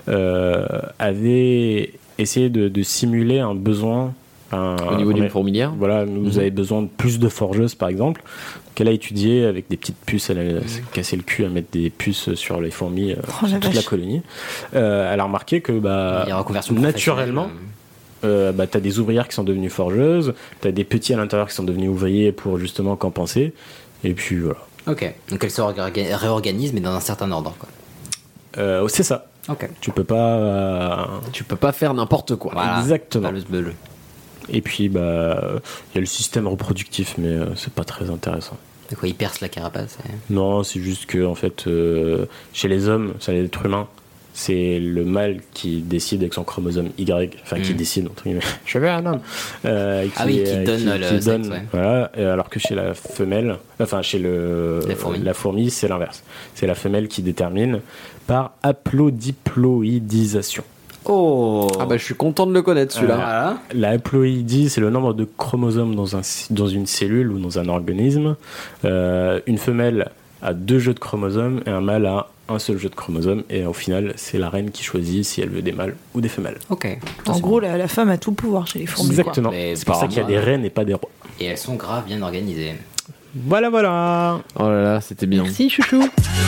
avait essayé de simuler un besoin.
Au niveau d'une fourmilière.
Voilà, vous avez besoin de plus de forgeuses, par exemple. Donc elle a étudié avec des petites puces, elle a cassé le cul à mettre des puces sur les fourmis, sur toute la colonie. Elle a remarqué que naturellement, t'as des ouvrières qui sont devenues forgeuses, t'as des petits à l'intérieur qui sont devenus ouvriers pour justement compenser, et puis voilà.
Ok, donc elles se réorganisent, mais dans un certain ordre, quoi.
C'est ça.
Ok.
Tu peux pas
faire n'importe quoi.
Voilà.
Exactement.
Le
Et puis il y a le système reproductif, mais c'est pas très intéressant.
De quoi, ils percent la carapace?
Non, c'est juste que en fait, chez les hommes, chez les êtres humains, c'est le mâle qui décide avec son chromosome Y, enfin qui décide entre guillemets. Je veux un homme.
Qui donne le sexe, ouais.
Voilà, alors que chez la femelle, enfin chez la fourmi, c'est l'inverse. C'est la femelle qui détermine par haplodiploïdisation.
Oh.
Ah je suis content de le connaître celui-là.
La haploïdie, c'est le nombre de chromosomes dans une cellule ou dans un organisme. Une femelle a 2 jeux de chromosomes et un mâle a un seul jeu de chromosomes, et au final c'est la reine qui choisit si elle veut des mâles ou des femelles.
Ok.
En gros, la femme a tout le pouvoir chez les fourmis.
Exactement. C'est pour ça qu'il y a des reines et pas des rois.
Et elles sont grave bien organisées.
Voilà.
Oh là là, c'était bien.
Merci chouchou.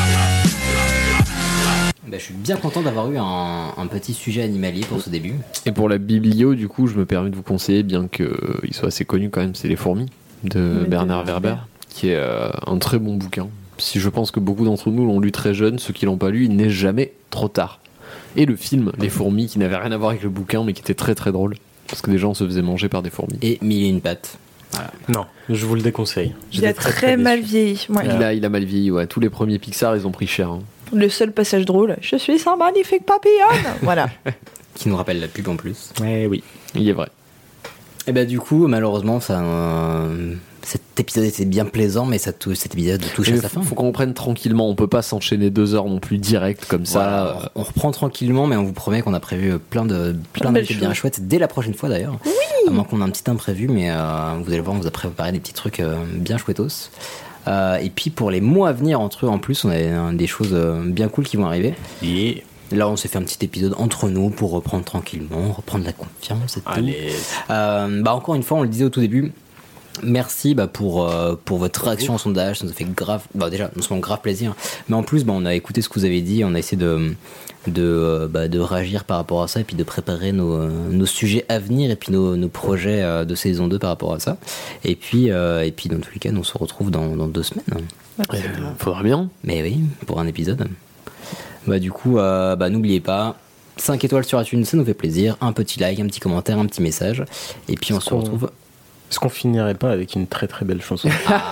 Je suis bien content d'avoir eu un petit sujet animalier pour ce début.
Et pour la biblio, du coup, je me permets de vous conseiller, bien qu'il soit assez connu quand même, c'est Les Fourmis de Bernard Werber, qui est un très bon bouquin. Si je pense que beaucoup d'entre nous l'ont lu très jeune, ceux qui l'ont pas lu, il n'est jamais trop tard. Et le film Les Fourmis, qui n'avait rien à voir avec le bouquin, mais qui était très très drôle, parce que des gens se faisaient manger par des fourmis.
Et Mille et une pattes.
Voilà. Non, je vous le déconseille.
Il a très mal vieilli. Ouais.
Il a mal vieilli, ouais. Tous les premiers Pixar, ils ont pris cher. Hein.
Le seul passage drôle, je suis un magnifique papillon. Voilà.
Qui nous rappelle la pub en plus.
Oui,
il est vrai.
Et bah du coup, malheureusement, cet épisode était bien plaisant, mais cet épisode touche à sa fin.
Faut qu'on reprenne tranquillement, on peut pas s'enchaîner 2 heures non plus direct comme ça.
Voilà, on reprend tranquillement, mais on vous promet qu'on a prévu plein d'invités bien chouettes dès la prochaine fois d'ailleurs.
Oui.
À moins qu'on ait un petit imprévu, mais vous allez voir, on vous a préparé des petits trucs bien chouettos. Et puis pour les mois à venir, entre eux en plus, on a des choses bien cool qui vont arriver.
Yeah.
Là, on s'est fait un petit épisode entre nous pour reprendre tranquillement, reprendre la confiance et tout.
Allez.
Encore une fois, on le disait au tout début. Merci pour votre réaction au sondage, ça nous a fait grave, déjà non seulement grave plaisir, mais en plus on a écouté ce que vous avez dit, on a essayé de réagir par rapport à ça et puis de préparer nos sujets à venir et puis nos projets de saison 2 par rapport à ça. Et puis dans tous les cas, on se retrouve dans 2 semaines.
Faudra bien.
Mais oui, pour un épisode. Du coup, n'oubliez pas. 5 étoiles sur iTunes, ça nous fait plaisir. Un petit like, un petit commentaire, un petit message. Et puis on se retrouve.
Est-ce qu'on finirait pas avec une très très belle chanson?
Non.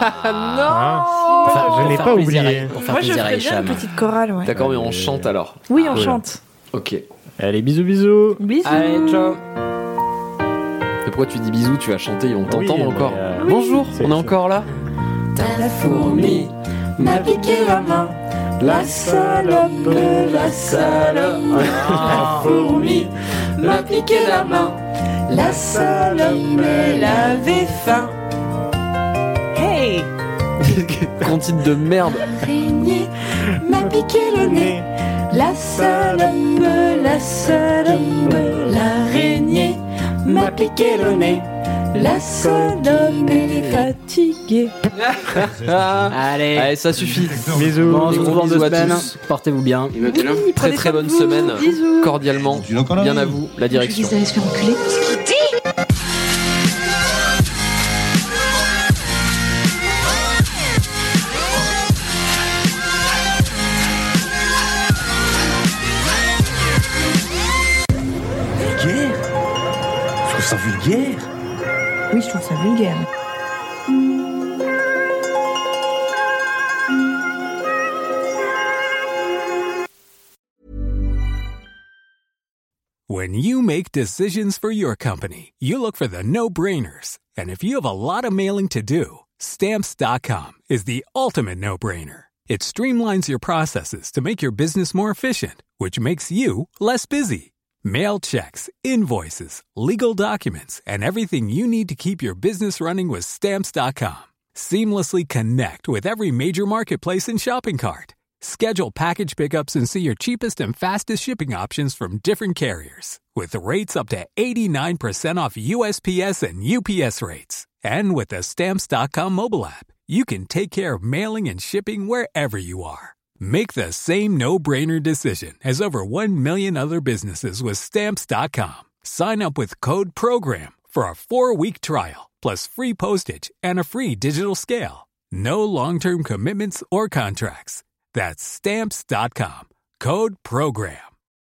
Je n'ai pas oublié.
Moi je ferais bien une petite chorale. Ouais.
D'accord, mais on chante alors.
Oui, on chante.
Ok.
Allez, bisous.
Bisous.
Allez, ciao.
Et pourquoi tu dis bisous? Tu vas chanter, ils vont t'entendre encore.
Oui.
Bonjour, on est encore là.
La fourmi m'a piqué la main. La salope, la fourmi m'a piqué la main. La salope, elle avait faim.
Hey.
Comptine de merde.
L'araignée m'a piqué le nez. La salope, l'araignée m'a piqué le nez. La salope, elle est fatiguée.
Allez,
ça suffit.
Bisous. On se retrouve dans 2
à
semaines.
tous.
Portez-vous bien.
Très très bonne semaine.
Bisous.
Cordialement. Bien à vous, la direction.
Je dis d'aller se faire enculer.
Vulgaire? Je trouve ça vulgaire.
Oui, je trouve ça vulgaire.
When you make decisions for your company, you look for the no-brainers. And if you have a lot of mailing to do, Stamps.com is the ultimate no-brainer. It streamlines your processes to make your business more efficient, which makes you less busy. Mail checks, invoices, legal documents, and everything you need to keep your business running with Stamps.com. Seamlessly connect with every major marketplace and shopping cart. Schedule package pickups and see your cheapest and fastest shipping options from different carriers. With rates up to 89% off USPS and UPS rates. And with the Stamps.com mobile app, you can take care of mailing and shipping wherever you are. Make the same no-brainer decision as over 1 million other businesses with Stamps.com. Sign up with code PROGRAM for a 4-week trial, plus free postage and a free digital scale. No long-term commitments or contracts. That's Stamps.com. Code PROGRAM.